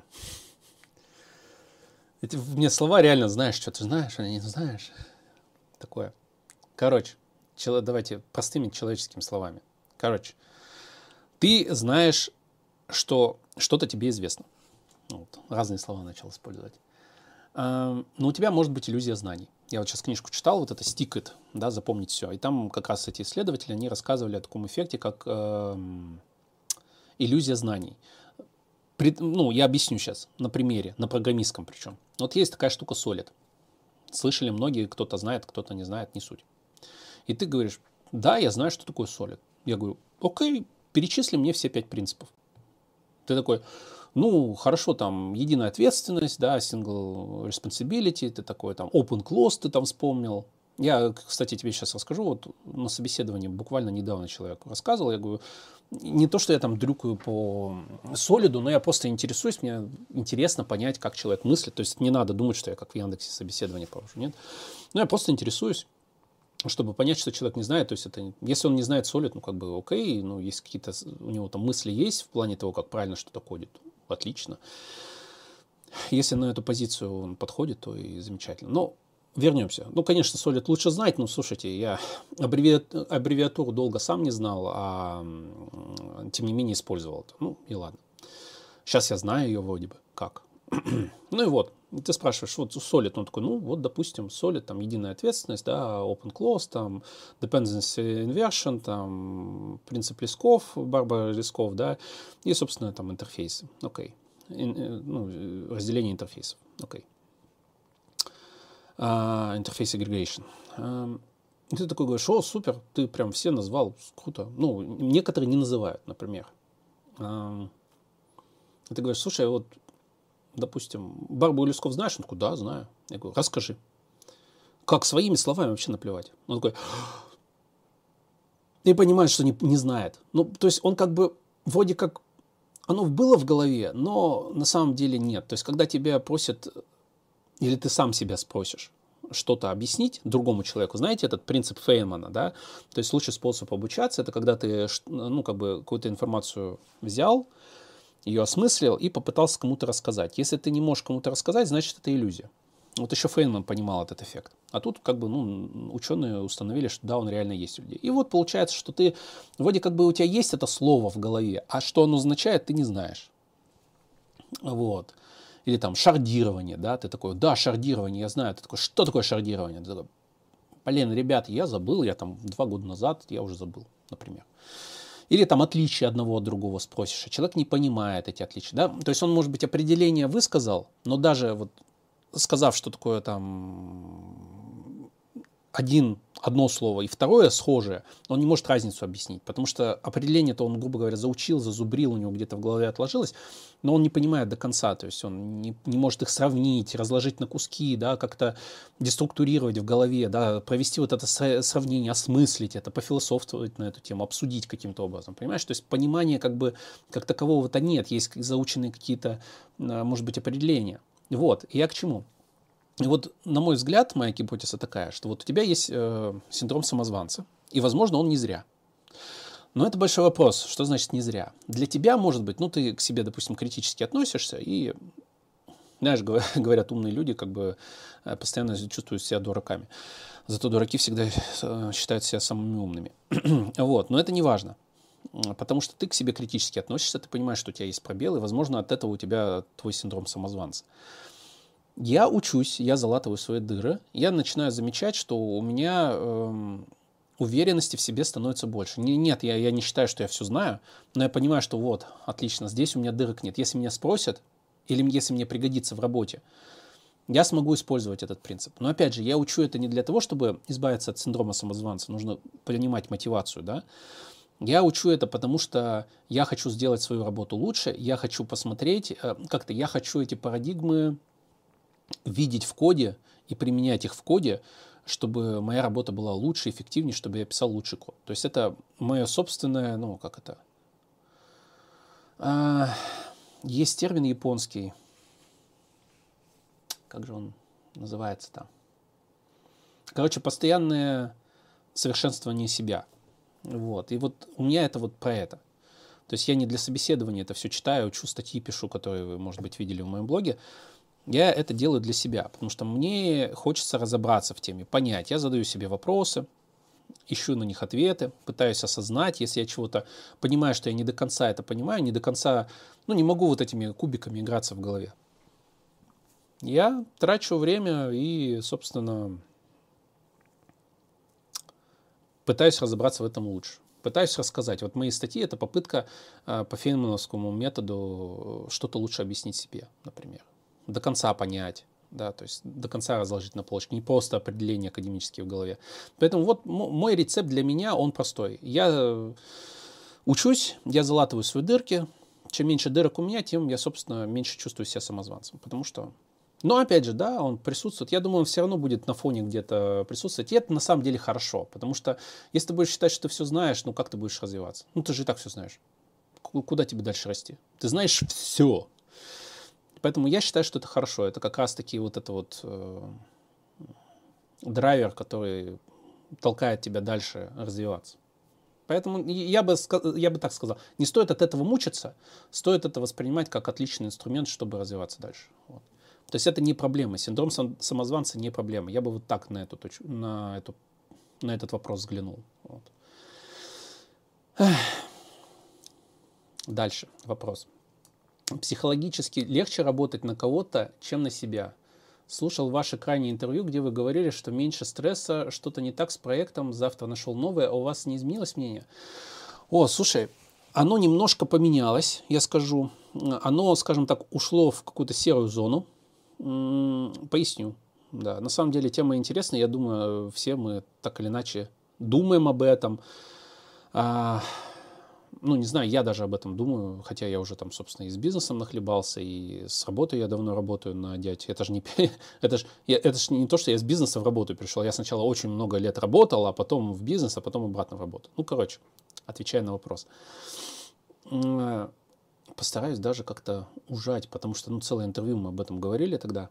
Эти мне слова реально знаешь, что ты знаешь, а не знаешь. Такое. Короче, чело, давайте простыми человеческими словами. Короче, ты знаешь, что что-то тебе известно. Вот, разные слова начал использовать. Но у тебя может быть иллюзия знаний. Я вот сейчас книжку читал, вот это «Stick It», да, «Запомнить все». И там как раз эти исследователи, они рассказывали о таком эффекте, как э, иллюзия знаний. При, ну, я объясню сейчас на примере, на программистском причем. Вот есть такая штука Solid. Слышали многие, кто-то знает, кто-то не знает, не суть. И ты говоришь, да, я знаю, что такое Solid. Я говорю, окей, перечисли мне все пять принципов. Ты такой... Ну, хорошо, там, единая ответственность, да, single responsibility, ты такой, там, open close ты там вспомнил. Я, кстати, тебе сейчас расскажу, вот на собеседовании буквально недавно человеку рассказывал, я говорю, не то, что я там дрюкаю по солиду, но я просто интересуюсь, мне интересно понять, как человек мыслит, то есть не надо думать, что я как в Яндексе собеседование провожу, нет. Но я просто интересуюсь, чтобы понять, что человек не знает, то есть это, если он не знает солид, ну, как бы окей, ну, есть какие-то, у него там мысли есть в плане того, как правильно что-то кодит. Отлично. Если на эту позицию он подходит, то и замечательно. Но вернемся. Ну, конечно, Solid лучше знать, но, слушайте, я аббреви... аббревиатуру долго сам не знал, а тем не менее использовал это. Ну, и ладно. Сейчас я знаю ее вроде бы. Как? Ну и вот. Ты спрашиваешь, вот Solid, он такой, ну, вот, допустим, Solid, там, единая ответственность, да, open close, там, dependency inversion, там, принцип Лесков, Барбара Лесков, да, и, собственно, там, интерфейсы, окей, okay. ну, разделение интерфейсов, окей, okay. Интерфейс aggregation. Uh, и ты такой говоришь, о, супер, ты прям все назвал, круто. Ну, некоторые не называют, например. Uh, и ты говоришь, слушай, вот, допустим, Барбару Лесков знаешь? Он такой, да, знаю. Я говорю, расскажи. Как своими словами вообще наплевать? Он такой, и понимает, что не, не знает. Ну, то есть он как бы, вроде как, оно было в голове, но на самом деле нет. То есть когда тебя просят, или ты сам себя спросишь, что-то объяснить другому человеку, знаете, этот принцип Фейнмана, да? То есть лучший способ обучаться, это когда ты, ну, как бы какую-то информацию взял, ее осмыслил и попытался кому-то рассказать. Если ты не можешь кому-то рассказать, значит, это иллюзия. Вот еще Фейнман понимал этот эффект. А тут как бы, ну, ученые установили, что да, он реально есть у людей. И вот получается, что ты, вроде как бы у тебя есть это слово в голове, а что оно означает, ты не знаешь. Вот. Или там шардирование, да, ты такой, да, шардирование, я знаю. Ты такой, что такое шардирование? Ты такой, блин, ребят, я забыл, я там два года назад, я уже забыл, например. Или там отличия одного от другого спросишь, а человек не понимает эти отличия, да? То есть он, может быть, определение высказал, но даже вот сказав, что такое там один, одно слово и второе схожее, он не может разницу объяснить, потому что определение-то он, грубо говоря, заучил, зазубрил, у него где-то в голове отложилось, но он не понимает до конца, то есть он не, не может их сравнить, разложить на куски, да, как-то деструктурировать в голове, да, провести вот это сравнение, осмыслить это, пофилософствовать на эту тему, обсудить каким-то образом, понимаешь? То есть понимания как бы как такового-то нет, есть заученные какие-то, может быть, определения. Вот, и я к чему? И вот, на мой взгляд, моя гипотеза такая, что вот у тебя есть э, синдром самозванца, и, возможно, он не зря. Но это большой вопрос, что значит не зря. Для тебя, может быть, ну, ты к себе, допустим, критически относишься, и, знаешь, говорят, умные люди как бы постоянно чувствуют себя дураками. Зато дураки всегда считают себя самыми умными. Вот, но это не важно. Потому что ты к себе критически относишься, ты понимаешь, что у тебя есть пробелы, и, возможно, от этого у тебя твой синдром самозванца. Я учусь, я залатываю свои дыры, я начинаю замечать, что у меня эм, уверенности в себе становится больше. Не, нет, я, я не считаю, что я все знаю, но я понимаю, что вот, отлично, здесь у меня дырок нет. Если меня спросят, или если мне пригодится в работе, я смогу использовать этот принцип. Но опять же, я учу это не для того, чтобы избавиться от синдрома самозванца, нужно понимать мотивацию, да. Я учу это, потому что я хочу сделать свою работу лучше, я хочу посмотреть, э, как-то я хочу эти парадигмы видеть в коде и применять их в коде, чтобы моя работа была лучше, эффективнее, чтобы я писал лучший код. То есть это мое собственное, ну, как это... А, есть термин японский. Как же он называется-то? Короче, постоянное совершенствование себя. Вот. И вот у меня это вот про это. То есть я не для собеседования это все читаю, учу, статьи пишу, которые вы, может быть, видели в моем блоге. Я это делаю для себя, потому что мне хочется разобраться в теме, понять. Я задаю себе вопросы, ищу на них ответы, пытаюсь осознать, если я чего-то понимаю, что я не до конца это понимаю, не до конца, ну, не могу вот этими кубиками играться в голове. Я трачу время и, собственно, пытаюсь разобраться в этом лучше. Пытаюсь рассказать. Вот мои статьи — это попытка э, по фейнмановскому методу что-то лучше объяснить себе, например. До конца понять, да, то есть до конца разложить на полочке, не просто определения академические в голове. Поэтому вот мой рецепт для меня, он простой. Я учусь, я залатываю свои дырки. Чем меньше дырок у меня, тем я, собственно, меньше чувствую себя самозванцем. Потому что, но опять же, да, он присутствует. Я думаю, он все равно будет на фоне где-то присутствовать. И это на самом деле хорошо. Потому что если ты будешь считать, что ты все знаешь, ну как ты будешь развиваться? Ну ты же и так все знаешь. Куда тебе дальше расти? Ты знаешь все. Поэтому я считаю, что это хорошо. Это как раз-таки вот это вот э, драйвер, который толкает тебя дальше развиваться. Поэтому я бы, я бы так сказал, не стоит от этого мучиться, стоит это воспринимать как отличный инструмент, чтобы развиваться дальше. Вот. То есть это не проблема. Синдром самозванца не проблема. Я бы вот так на, эту, на, эту, на этот вопрос взглянул. Вот. Дальше вопрос. Психологически легче работать на кого-то, чем на себя. Слушал ваше крайнее интервью, где вы говорили, что меньше стресса, что-то не так с проектом, завтра нашел новое, а у вас не изменилось мнение? О, слушай, оно немножко поменялось, я скажу. Оно, скажем так, ушло в какую-то серую зону. Поясню. Да, на самом деле тема интересная, я думаю, все мы так или иначе думаем об этом. Ну, не знаю, я даже об этом думаю, хотя я уже там, собственно, и с бизнесом нахлебался, и с работой я давно работаю на дяде. Это же не, это ж, это ж не то, что я с бизнеса в работу пришел. Я сначала очень много лет работал, а потом в бизнес, а потом обратно в работу. Ну, короче, отвечая на вопрос. Постараюсь даже как-то ужать, потому что, ну, целое интервью мы об этом говорили тогда.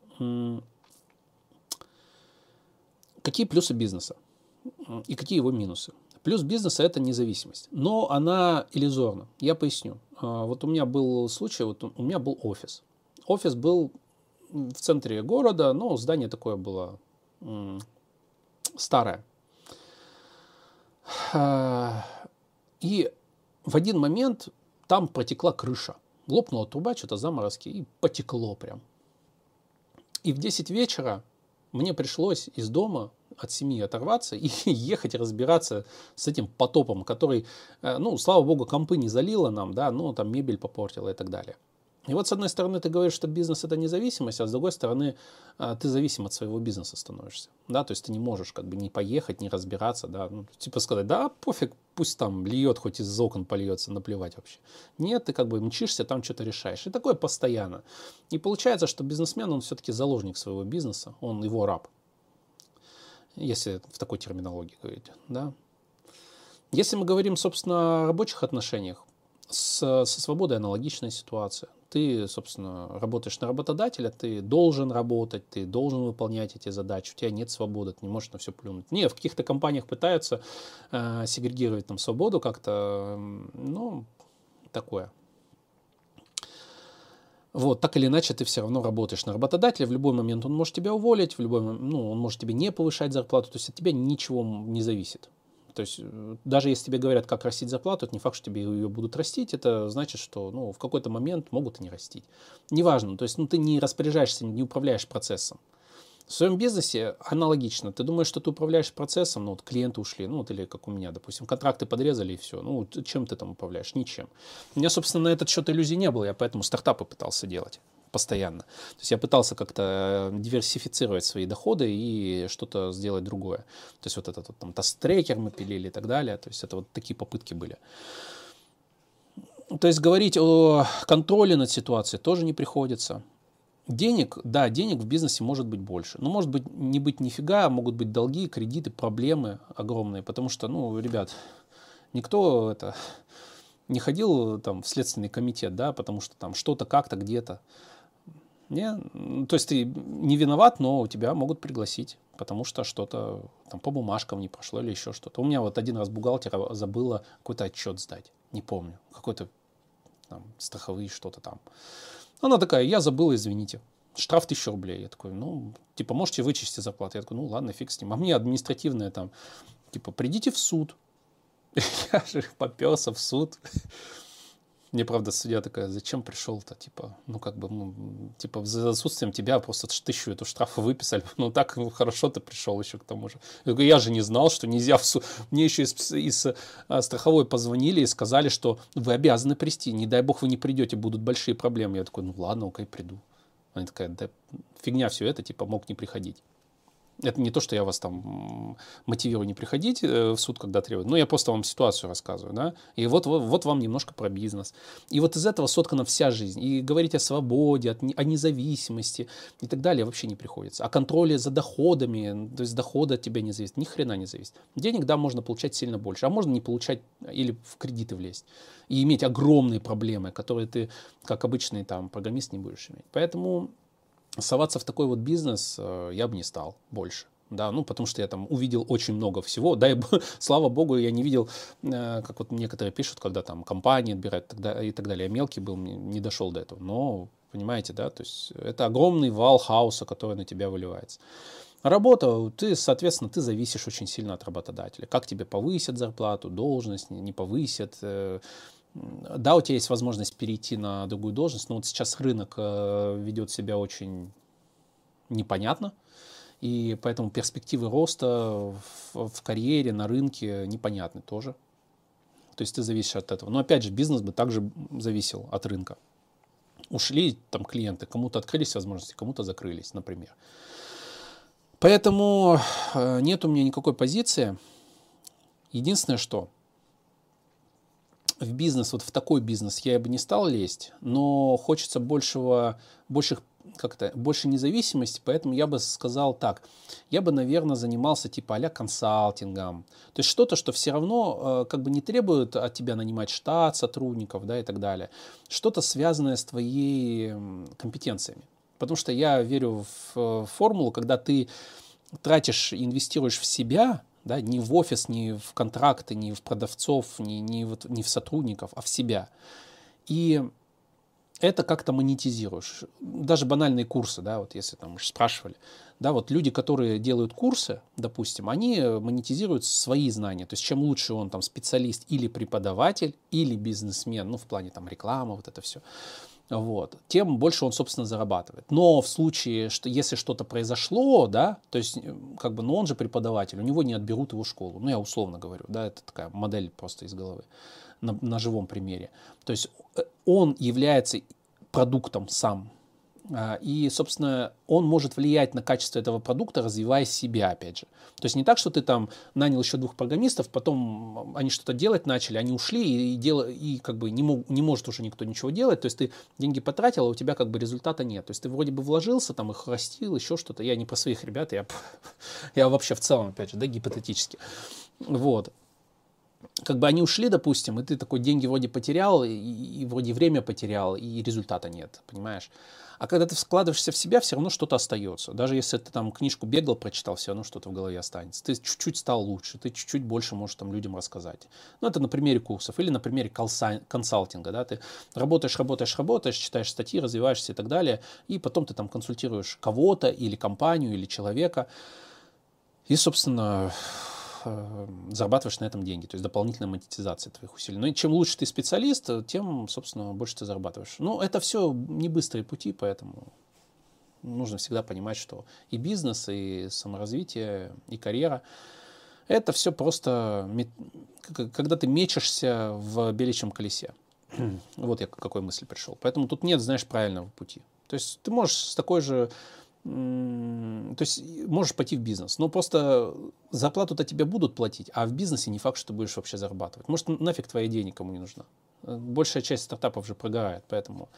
Какие плюсы бизнеса и какие его минусы? Плюс бизнеса — это независимость, но она иллюзорна. Я поясню. Вот у меня был случай, вот у меня был офис. Офис был в центре города, но здание такое было старое. И в один момент там протекла крыша. Лопнула труба, что-то заморозки, и потекло прям. И в десять вечера мне пришлось из дома от семьи оторваться и ехать разбираться с этим потопом, который, ну, слава богу, компы не залило нам, да, но там мебель попортила и так далее. И вот с одной стороны ты говоришь, что бизнес это независимость, а с другой стороны ты зависим от своего бизнеса становишься. Да, то есть ты не можешь как бы не поехать, не разбираться, да, ну, типа сказать, да, пофиг, пусть там льет, хоть из окон польется, наплевать вообще. Нет, ты как бы мчишься, там что-то решаешь. И такое постоянно. И получается, что бизнесмен, он все-таки заложник своего бизнеса, он его раб. Если в такой терминологии говорить, да. Если мы говорим, собственно, о рабочих отношениях, с, со свободой аналогичная ситуация. Ты, собственно, работаешь на работодателя, ты должен работать, ты должен выполнять эти задачи, у тебя нет свободы, ты не можешь на все плюнуть. Не, в каких-то компаниях пытаются э, сегрегировать там свободу как-то, ну, такое. Вот, так или иначе, ты все равно работаешь на работодателя, в любой момент он может тебя уволить, в любой момент, ну, он может тебе не повышать зарплату, то есть от тебя ничего не зависит. То есть даже если тебе говорят, как растить зарплату, это не факт, что тебе ее будут растить, это значит, что ну, в какой-то момент могут и не растить. Неважно, то есть ну, ты не распоряжаешься, не управляешь процессом. В своем бизнесе аналогично. Ты думаешь, что ты управляешь процессом, ну вот клиенты ушли, ну вот или как у меня, допустим, контракты подрезали и все. Ну чем ты там управляешь? Ничем. У меня, собственно, на этот счет иллюзий не было, я поэтому стартапы пытался делать постоянно. То есть я пытался как-то диверсифицировать свои доходы и что-то сделать другое. То есть вот этот вот, там таст-трекер мы пилили и так далее. То есть это вот такие попытки были. То есть говорить о контроле над ситуацией тоже не приходится. Денег, да, денег в бизнесе может быть больше. Но может быть не быть нифига, могут быть долги, кредиты, проблемы огромные. Потому что, ну, ребят, никто это не ходил там в следственный комитет, да, потому что там что-то как-то где-то. Не? То есть ты не виноват, но у тебя могут пригласить, потому что что-то там по бумажкам не прошло или еще что-то. У меня вот один раз бухгалтер забыла какой-то отчет сдать, не помню, какой-то там страховые что-то там. Она такая, я забыла, извините, штраф тысяча рублей. Я такой, ну, типа, можете вычесть зарплату? Я такой, ну, ладно, фиг с ним. А мне административное там, типа, придите в суд. Я же попёрся в суд. Мне, правда, судья такая, зачем пришел-то, типа, ну, как бы, ну, типа, за отсутствием тебя просто тысячу эту штрафа выписали, ну, так ну, хорошо ты пришел еще к тому же. Я говорю, я же не знал, что нельзя в суд. Мне еще из, из а, страховой позвонили и сказали, что вы обязаны прийти, не дай бог вы не придете, будут большие проблемы. Я такой, ну, ладно, окей, приду. Она такая, да фигня все это, типа, мог не приходить. Это не то, что я вас там мотивирую не приходить в суд, когда требуют, но я просто вам ситуацию рассказываю, да, и вот, вот, вот вам немножко про бизнес. И вот из этого соткана вся жизнь. И говорить о свободе, о независимости и так далее вообще не приходится. О контроле за доходами, то есть дохода от тебя не зависит, ни хрена не зависит. Денег, да, можно получать сильно больше, а можно не получать или в кредиты влезть. И иметь огромные проблемы, которые ты, как обычный там программист, не будешь иметь. Поэтому соваться в такой вот бизнес э, я бы не стал больше. Да, ну, потому что я там увидел очень много всего. Да, и, слава богу, я не видел, э, как вот некоторые пишут, когда там компании отбирают тогда, и так далее. Я мелкий был, не, не дошел до этого. Но, понимаете, да, то есть это огромный вал хаоса, который на тебя выливается. Работа, ты, соответственно, ты зависишь очень сильно от работодателя. Как тебе повысят зарплату, должность, не повысят. Э, Да, у тебя есть возможность перейти на другую должность, но вот сейчас рынок э, ведет себя очень непонятно, и поэтому перспективы роста в, в карьере, на рынке непонятны тоже. То есть ты зависишь от этого. Но опять же, бизнес бы также зависел от рынка. Ушли там клиенты, кому-то открылись возможности, кому-то закрылись, например. Поэтому э, нет у меня никакой позиции. Единственное, что в бизнес, вот в такой бизнес я бы не стал лезть, но хочется большего, больших, как-то, больше независимости, поэтому я бы сказал так, я бы, наверное, занимался типа а-ля консалтингом, то есть что-то, что все равно как бы не требует от тебя нанимать штат сотрудников, да, и так далее, что-то связанное с твоей компетенциями, потому что я верю в формулу, когда ты тратишь, инвестируешь в себя, да, не в офис, не в контракты, не в продавцов, не, не, вот, не в сотрудников, а в себя. И это как-то монетизируешь. Даже банальные курсы, да, вот если там спрашивали, да, вот люди, которые делают курсы, допустим, они монетизируют свои знания. То есть чем лучше он там специалист или преподаватель, или бизнесмен, ну в плане там рекламы, вот это все, вот, тем больше он, собственно, зарабатывает. Но в случае, что если что-то произошло, да, то есть, как бы, ну он же преподаватель, у него не отберут его школу. Ну, я условно говорю, да, это такая модель просто из головы, на, на живом примере. То есть он является продуктом сам. И, собственно, он может влиять на качество этого продукта, развивая себя, опять же. То есть не так, что ты там нанял еще двух программистов, потом они что-то делать начали, они ушли, и, дел... и как бы не, мог... не может уже никто ничего делать. То есть ты деньги потратил, а у тебя как бы результата нет. То есть ты вроде бы вложился, там их растил, еще что-то. Я не про своих ребят, я, я вообще в целом, опять же, да, гипотетически. Вот. Как бы они ушли, допустим, и ты такой деньги вроде потерял, и, и вроде время потерял, и результата нет, понимаешь? А когда ты вкладываешься в себя, все равно что-то остается. Даже если ты там книжку бегал, прочитал, все равно что-то в голове останется. Ты чуть-чуть стал лучше, ты чуть-чуть больше можешь там людям рассказать. Ну, это на примере курсов или на примере консалтинга, да, ты работаешь, работаешь, работаешь, читаешь статьи, развиваешься и так далее, и потом ты там консультируешь кого-то или компанию, или человека, и, собственно, зарабатываешь на этом деньги, то есть дополнительная монетизация твоих усилий. Но чем лучше ты специалист, тем, собственно, больше ты зарабатываешь. Но это все не быстрые пути, поэтому нужно всегда понимать, что и бизнес, и саморазвитие, и карьера — это все просто, когда ты мечешься в беличьем колесе. Вот я к какой мысли пришел. Поэтому тут нет, знаешь, правильного пути. То есть ты можешь с такой же То есть можешь пойти в бизнес, но просто зарплату-то тебе будут платить, а в бизнесе не факт, что ты будешь вообще зарабатывать. Может, нафиг твоя идея никому не нужна. Большая часть стартапов же прогорает, поэтому...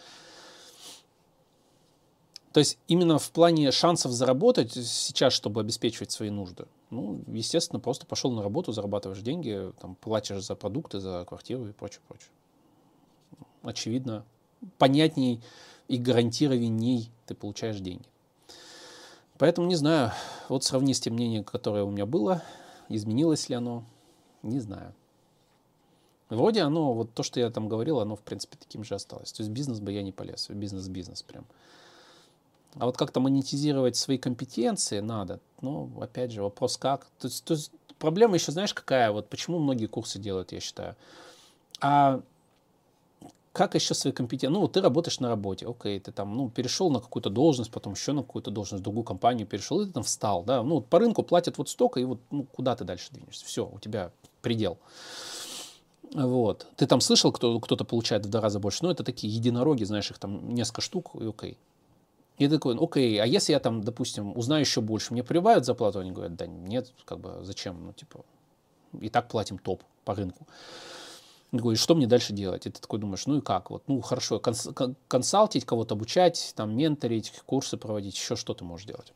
То есть именно в плане шансов заработать сейчас, чтобы обеспечивать свои нужды, ну, естественно, просто пошел на работу, зарабатываешь деньги, там, платишь за продукты, за квартиру и прочее, прочее. Очевидно, понятней и гарантированней ты получаешь деньги. Поэтому не знаю, вот сравни с тем мнением, которое у меня было, изменилось ли оно, не знаю. Вроде оно, вот то, что я там говорил, оно в принципе таким же осталось. То есть в бизнес бы я не полез, в бизнес-бизнес прям. А вот как-то монетизировать свои компетенции надо, ну, опять же, вопрос как. То есть, то есть проблема еще, знаешь, какая, вот почему многие курсы делают, я считаю. А как еще свои компетенции? Ну, вот ты работаешь на работе, окей, ты там, ну, перешел на какую-то должность, потом еще на какую-то должность, в другую компанию перешел, и ты там встал, да, ну, вот по рынку платят вот столько, и вот, ну, куда ты дальше двинешься? Все, у тебя предел. Вот. Ты там слышал, кто, кто-то получает в два раза больше? Ну, это такие единороги, знаешь, их там несколько штук, и окей. И ты такой, окей, а если я там, допустим, узнаю еще больше, мне прибавят зарплату? Они говорят, да нет, как бы, зачем, ну, типа, и так платим топ по рынку. Я говорю, что мне дальше делать? И ты такой думаешь, ну и как? Вот, ну хорошо, конс- консалтить, кого-то обучать, там, менторить, курсы проводить, еще что ты можешь делать?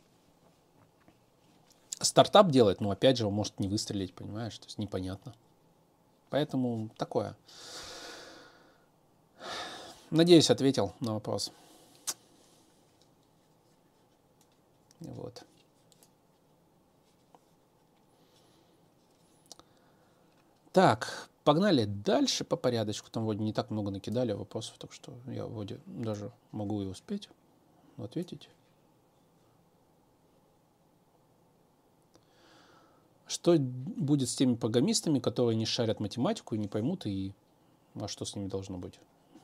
Стартап делать, ну опять же, он может не выстрелить, понимаешь? То есть непонятно. Поэтому такое. Надеюсь, ответил на вопрос. Вот. Так, погнали дальше по порядочку. Там вроде не так много накидали вопросов, так что я вроде даже могу и успеть ответить. Что будет с теми программистами, которые не шарят математику и не поймут, и а что с ними должно быть?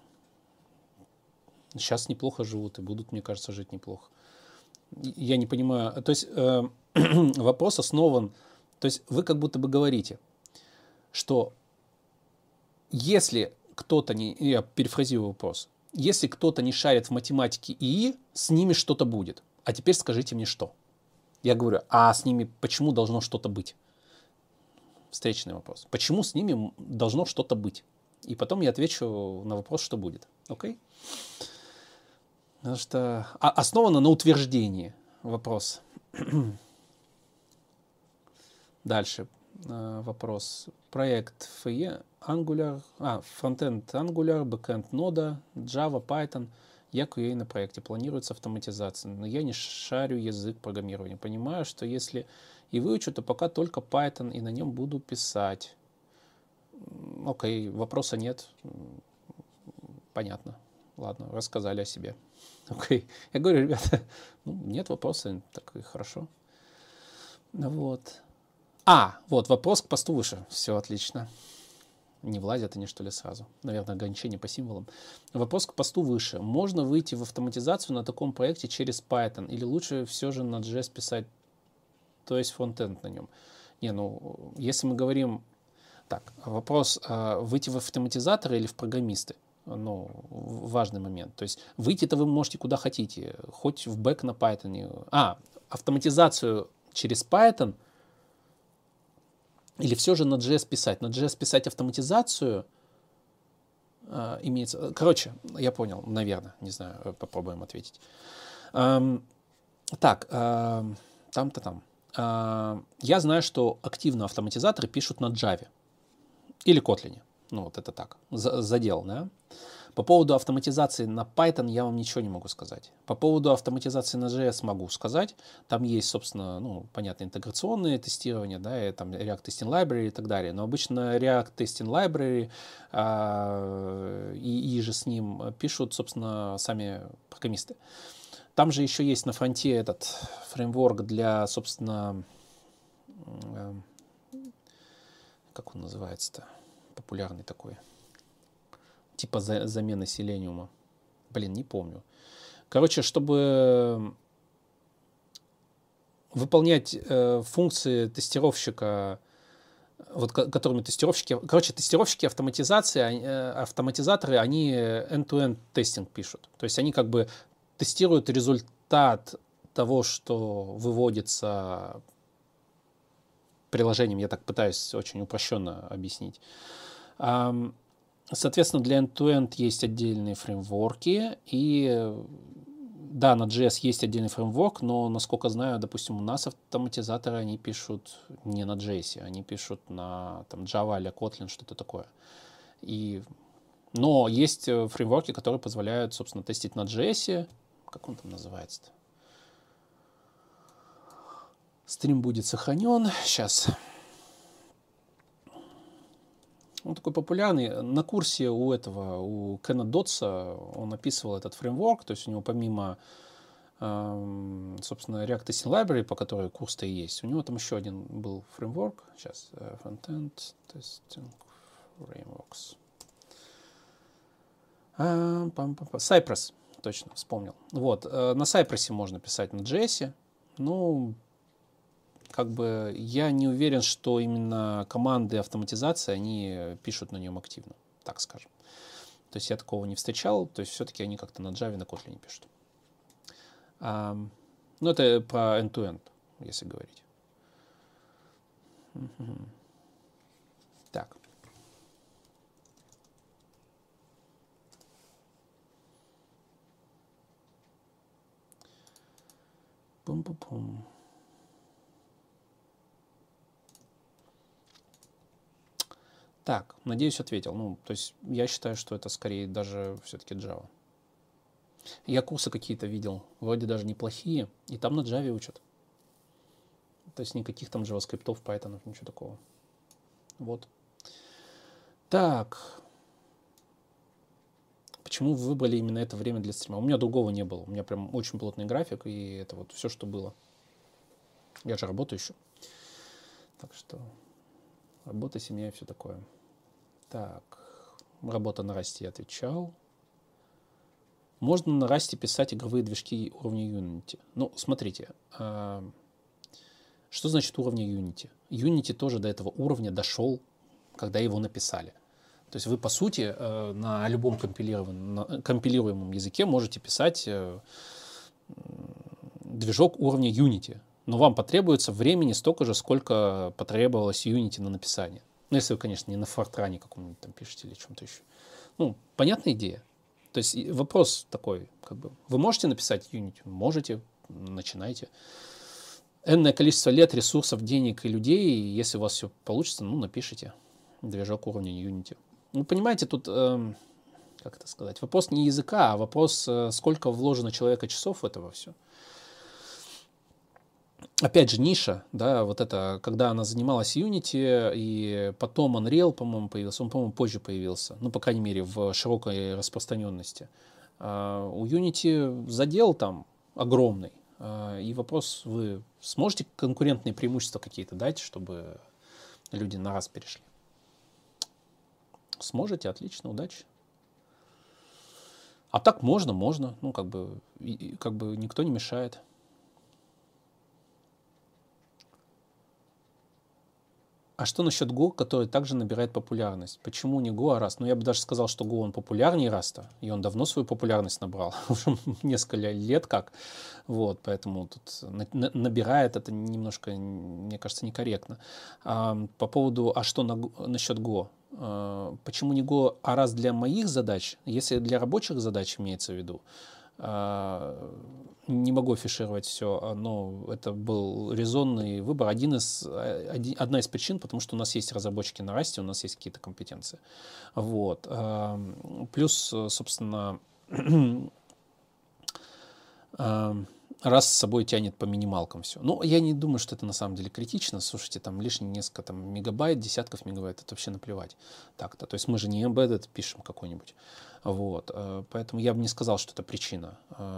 Сейчас неплохо живут и будут, мне кажется, жить неплохо. Я не понимаю. То есть э, вопрос основан, то есть вы как будто бы говорите, что если кто-то не, я перефразирую вопрос, если кто-то не шарит в математике ИИ, с ними что-то будет. А теперь скажите мне, что? Я говорю, а с ними почему должно что-то быть? Встречный вопрос. Почему с ними должно что-то быть? И потом я отвечу на вопрос, что будет. Окей? Потому что основано на утверждении вопрос. Дальше вопрос. Проект эф и и, Angular, а, фронтенд Angular, бэкенд Node, Java, Python. Я кью эй на проекте. Планируется автоматизация, но я не шарю язык программирования. Понимаю, что если и выучу, то пока только Python, и на нем буду писать. Окей, вопроса нет. Понятно. Ладно, рассказали о себе. Окей. Я говорю, ребята, ну, нет вопроса, так и хорошо. Вот. А, вот, вопрос к посту выше. Все отлично. Не влазят они, что ли, сразу. Наверное, ограничение по символам. Вопрос к посту выше. Можно выйти в автоматизацию на таком проекте через Python? Или лучше все же на джей эс писать, то есть фронтенд на нем? Не, ну, если мы говорим... Так, вопрос, выйти в автоматизаторы или в программисты? ну, важный момент. То есть выйти-то вы можете куда хотите, хоть в бэк на Python. А, автоматизацию через Python или все же на джей эс писать? На джей эс писать автоматизацию э, имеется... Короче, я понял, наверное, не знаю, попробуем ответить. Эм, так, э, там-то там. Э, я знаю, что активно автоматизаторы пишут на Java или Kotlin. Ну, вот это так, задел, да? По поводу автоматизации на Python я вам ничего не могу сказать. По поводу автоматизации на джей эс могу сказать. Там есть, собственно, ну, понятно, интеграционные тестирования, да, и там React Testing Library и так далее. Но обычно React Testing Library а, и, и же с ним пишут, собственно, сами программисты. Там же еще есть на фронте этот фреймворк для, собственно, э, как он называется-то? Популярный такой. Типа за, замены Selenium. Блин, не помню. Короче, чтобы выполнять э, функции тестировщика, вот, которыми тестировщики... Короче, тестировщики автоматизации, э, автоматизаторы, они end-to-end тестинг пишут. То есть они как бы тестируют результат того, что выводится приложением. Я так пытаюсь очень упрощенно объяснить. Соответственно, для end-to-end есть отдельные фреймворки, и да, на джей эс есть отдельный фреймворк, но, насколько знаю, допустим, у нас автоматизаторы, они пишут не на джей эс, они пишут на там, Java или Kotlin, что-то такое. И... Но есть фреймворки, которые позволяют, собственно, тестить на джей эс. Как он там называется-то? Стрим будет сохранен. Сейчас... Он такой популярный. На курсе у этого, у Кена Дотса, он описывал этот фреймворк, то есть у него помимо, э, собственно, React Testing Library, по которой курс-то и есть, у него там еще один был фреймворк. Сейчас, Frontend Testing Frameworks. А, Cypress, точно, вспомнил. Вот, на Cypress можно писать на джей эс. Ну, как бы я не уверен, что именно команды автоматизации, они пишут на нем активно, так скажем. То есть я такого не встречал, то есть все-таки они как-то на Java, на Kotlin пишут. А, ну, это про end-to-end, если говорить. Угу. Так. Пум-пум-пум. Так, надеюсь, ответил. Ну, то есть я считаю, что это скорее даже все-таки Java. Я курсы какие-то видел, вроде даже неплохие, и там на Java учат. То есть никаких там JavaScript, Python, ничего такого. Вот. Так. Почему вы выбрали именно это время для стрима? У меня другого не было. У меня прям очень плотный график, и это вот все, что было. Я же работаю еще. Так что работа, семья и все такое. Так, работа на Расте я отвечал. Можно на Расте писать игровые движки уровня Unity. Ну, смотрите, а, что значит уровня Unity? Unity тоже до этого уровня дошел, когда его написали. То есть вы, по сути, на любом компилируемом, компилируемом языке можете писать движок уровня Unity. Но вам потребуется времени столько же, сколько потребовалось Unity на написание. Ну, если вы, конечно, не на фортране каком-нибудь там пишете или чем-то еще. Ну, понятная идея. То есть вопрос такой, как бы, вы можете написать Unity? Можете, начинайте. Энное количество лет, ресурсов, денег и людей, если у вас все получится, ну, напишите движок уровня Unity. Ну, понимаете, тут, э, как это сказать, вопрос не языка, а вопрос, э, сколько вложено человека часов в это во все. Опять же, ниша, да, вот это, когда она занималась Unity, и потом Unreal, по-моему, появился, он, по-моему, позже появился, ну, по крайней мере, в широкой распространенности. А у Unity задел там огромный, а, и вопрос, вы сможете конкурентные преимущества какие-то дать, чтобы люди на раз перешли? Сможете, отлично, удачи. А так можно, можно, ну, как бы, и, как бы никто не мешает. А что насчет Go, который также набирает популярность? Почему не Go, а Rust? Ну, я бы даже сказал, что Go он популярнее Rust, и он давно свою популярность набрал, уже несколько лет как. Вот, поэтому тут набирает это немножко, мне кажется, некорректно. А, по поводу, а что на, насчет Go? А, почему не Go, а Rust для моих задач? Если для рабочих задач имеется в виду, не могу афишировать все, но это был резонный выбор. Один из, один, одна из причин, потому что у нас есть разработчики на Rust, у нас есть какие-то компетенции. Вот. Плюс, собственно, Rust с собой тянет по минималкам все. Но я не думаю, что это на самом деле критично. Слушайте, там лишние несколько там, мегабайт, десятков мегабайт, это вообще наплевать. Так-то. То есть мы же не embedded пишем какой-нибудь. Вот. Поэтому я бы не сказал, что это причина.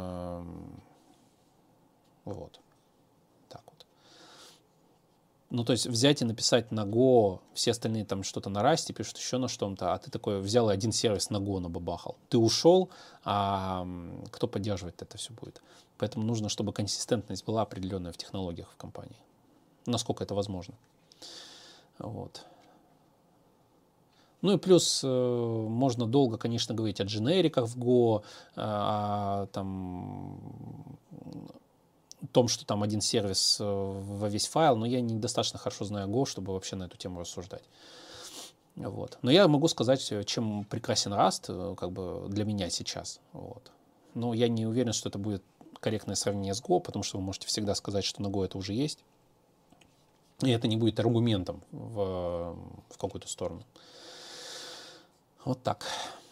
Вот. Так вот. Ну, то есть взять и написать на Go, все остальные там что-то на Rust пишут еще на что-то, а ты такой взял и один сервис на Go набабахал. Ты ушел, а кто поддерживать это все будет? Поэтому нужно, чтобы консистентность была определенная в технологиях в компании. Насколько это возможно. Вот. Ну и плюс э, можно долго, конечно, говорить о дженериках в Go, о, там, о том, что там один сервис э, во весь файл, но я недостаточно хорошо знаю Go, чтобы вообще на эту тему рассуждать. Вот. Но я могу сказать, чем прекрасен Rust как бы для меня сейчас. Вот. Но я не уверен, что это будет корректное сравнение с Go, потому что вы можете всегда сказать, что на Go это уже есть. И это не будет аргументом в, в какую-то сторону. Вот так.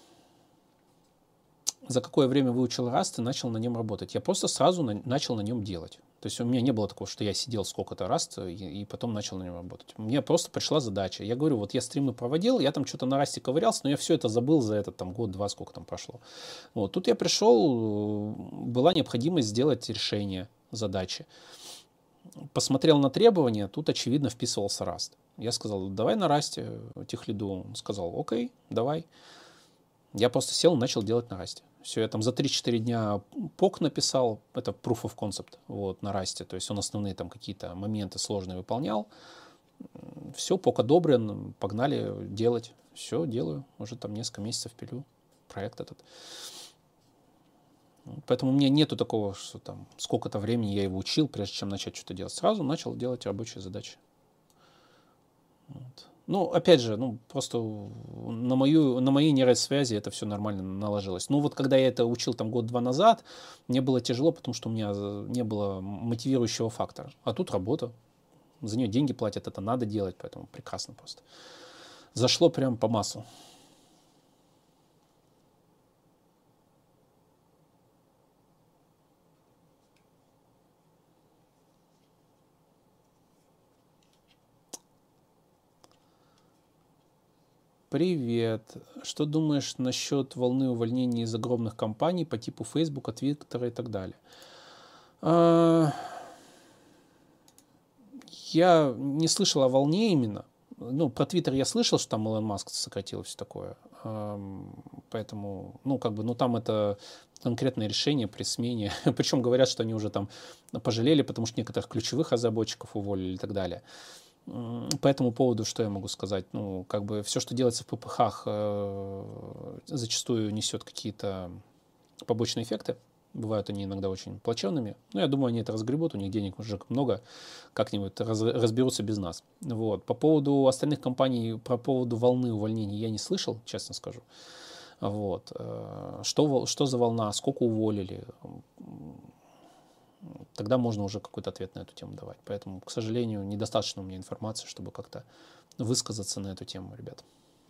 За какое время выучил Rust и начал на нем работать? Я просто сразу на, начал на нем делать. То есть у меня не было такого, что я сидел сколько-то Rust и, и потом начал на нем работать. Мне просто пришла задача. Я говорю, вот я стримы проводил, я там что-то на Rust ковырялся, но я все это забыл за этот там год-два, сколько там прошло. Вот. Тут я пришел, была необходимость сделать решение задачи. Посмотрел на требования, тут очевидно вписывался Rust. Я сказал, давай на Rust техлиду. Он сказал, окей, давай. Я просто сел и начал делать на Rust. Все, я там за три-четыре дня пок написал, это proof of concept, вот, на Rust. То есть он основные там какие-то моменты сложные выполнял. Все, пок одобрен, погнали делать. Все, делаю. Уже там несколько месяцев пилю проект этот. Поэтому у меня нету такого, что там сколько-то времени я его учил, прежде чем начать что-то делать. Сразу начал делать рабочие задачи. Вот. Ну, опять же, ну, просто на, мою, на мои нейросвязи это все нормально наложилось. Ну, вот когда я это учил там год-два назад, мне было тяжело, потому что у меня не было мотивирующего фактора. А тут работа. За нее деньги платят, это надо делать, поэтому прекрасно просто. Зашло прям по маслу. Привет. Что думаешь насчет волны увольнений из огромных компаний по типу Facebook, Twitter и так далее? Я не слышал о волне именно. Ну, про Twitter я слышал, что там Илон Маск сократил все такое. Поэтому, ну, как бы, ну, там это конкретное решение при смене. Причем говорят, что они уже там пожалели, потому что некоторых ключевых разработчиков уволили и так далее. По этому поводу что я могу сказать? Ну, как бы все, что делается в ППХ, э, зачастую несет какие-то побочные эффекты. Бывают они иногда очень плачевными. Но я думаю, они это разгребут, у них денег уже много, как-нибудь раз, разберутся без нас. Вот. По поводу остальных компаний, по поводу волны увольнений я не слышал, честно скажу. Вот. Что, что за волна, сколько уволили? Тогда можно уже какой-то ответ на эту тему давать. Поэтому, к сожалению, недостаточно у меня информации, чтобы как-то высказаться на эту тему, ребят.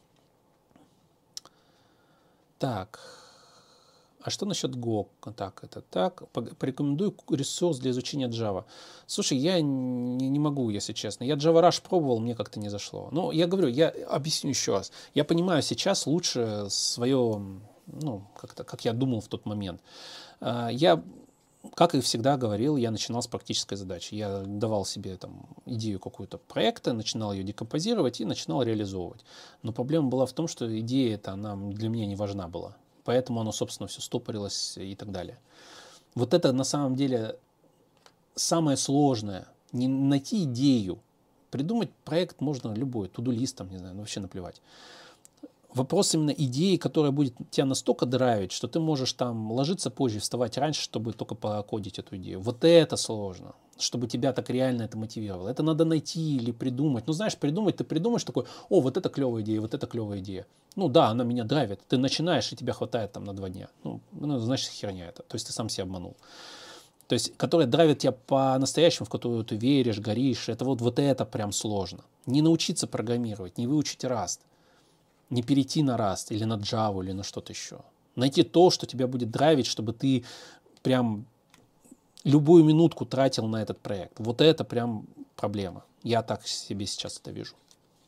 Так. А что насчет Go? Так, это так. Порекомендую ресурс для изучения Java. Слушай, я не, не могу, если честно. Я Java Rush пробовал, мне как-то не зашло. Но я говорю, я объясню еще раз. Я понимаю сейчас лучше свое, ну, как-то, как я думал в тот момент. Я... Как и всегда говорил, я начинал с практической задачи. Я давал себе там идею какую-то проекта, начинал ее декомпозировать и начинал реализовывать. Но проблема была в том, что идея эта, она для меня не важна была. Поэтому оно, собственно, все стопорилось и так далее. Вот это на самом деле самое сложное. Не найти идею, Придумать проект можно любой, туду-лист, там, не знаю, ну, вообще наплевать. Вопрос именно идеи, которая будет тебя настолько драйвить, что ты можешь там ложиться позже, вставать раньше, чтобы только покодить эту идею. Вот это сложно, чтобы тебя так реально это мотивировало. Это надо найти или придумать. Ну, знаешь, придумать, ты придумаешь такой, о, вот это клевая идея, вот это клевая идея. Ну да, она меня драйвит. Ты начинаешь, и тебя хватает там на два дня. Ну, ну значит, херня это. То есть ты сам себя обманул. То есть, которая драйвит тебя по-настоящему, в которую ты веришь, горишь. Это вот, вот это прям сложно. Не научиться программировать, не выучить Rust. Не перейти на Rust или на Java или на что-то еще. Найти то, что тебя будет драйвить, чтобы ты прям любую минутку тратил на этот проект. Вот это прям проблема. Я так себе сейчас это вижу.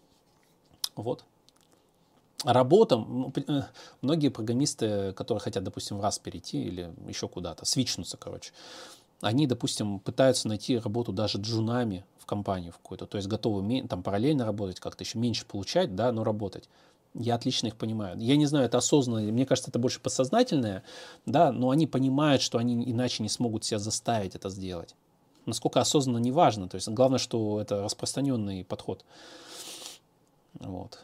Вот. А работа, многие программисты, которые хотят, допустим, в Rust перейти или еще куда-то, свичнуться, короче, они, допустим, пытаются найти работу даже джунами в компанию в какой-то, то есть готовы там параллельно работать, как-то еще меньше получать, да, но работать. Я отлично их понимаю. Я не знаю, это осознанно, мне кажется, это больше подсознательное, да, но они понимают, что они иначе не смогут себя заставить это сделать. Насколько осознанно, не важно. То есть главное, что это распространенный подход. Вот.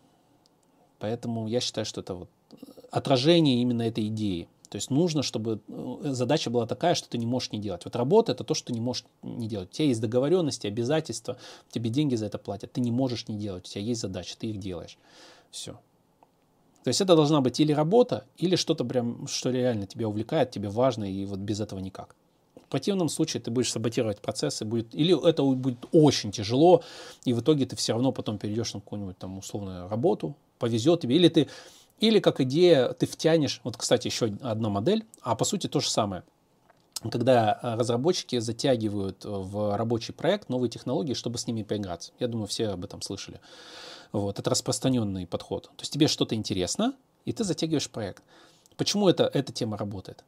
Поэтому я считаю, что это вот отражение именно этой идеи. То есть нужно, чтобы задача была такая, что ты не можешь не делать. Вот работа — это то, что ты не можешь не делать. У тебя есть договоренности, обязательства, тебе деньги за это платят. Ты не можешь не делать. У тебя есть задача, ты их делаешь. Все. То есть это должна быть или работа, или что-то прям, что реально тебя увлекает, тебе важно, и вот без этого никак. В противном случае ты будешь саботировать процессы, будет, или это будет очень тяжело, и в итоге ты все равно потом перейдешь на какую-нибудь там условную работу, повезет тебе, или ты, или как идея ты втянешь, вот, кстати, еще одна модель, а по сути то же самое. Когда разработчики затягивают в рабочий проект новые технологии, чтобы с ними поиграться. Я думаю, все об этом слышали. Вот, это распространенный подход. То есть тебе что-то интересно, и ты затягиваешь проект. Почему это, эта тема работает?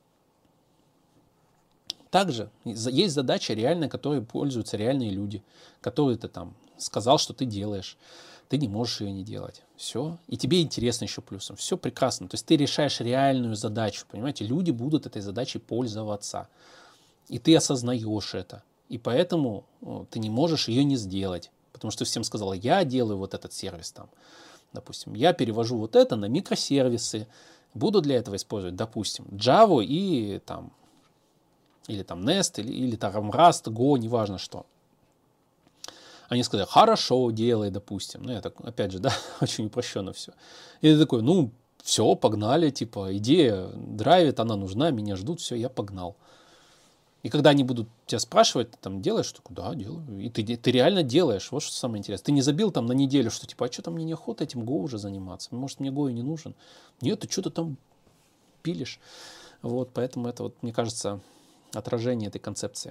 Также есть задача реальная, которой пользуются реальные люди, которые ты там сказал, что ты делаешь. Ты не можешь ее не делать. Все. И тебе интересно еще плюсом. Все прекрасно. То есть ты решаешь реальную задачу. Понимаете, люди будут этой задачей пользоваться. И ты осознаешь это. И поэтому ты не можешь ее не сделать. Потому что ты всем сказала, я делаю вот этот сервис там. Допустим, я перевожу вот это на микросервисы. Буду для этого использовать, допустим, Java и там, или там Nest, или, или там Rust, Go, неважно что. Они сказали, хорошо, делай, допустим. Ну, я так, опять же, да, очень упрощенно все. И ты такой, ну, все, погнали, типа, идея драйвит, она нужна, меня ждут, все, я погнал. И когда они будут тебя спрашивать, ты там делаешь, такой, да, делаю. И ты, ты реально делаешь, вот что самое интересное. Ты не забил там на неделю, что типа, а что там мне неохота этим Go уже заниматься? Может, мне Go и не нужен? Нет, ты что-то там пилишь. Вот, поэтому это, вот, мне кажется, отражение этой концепции.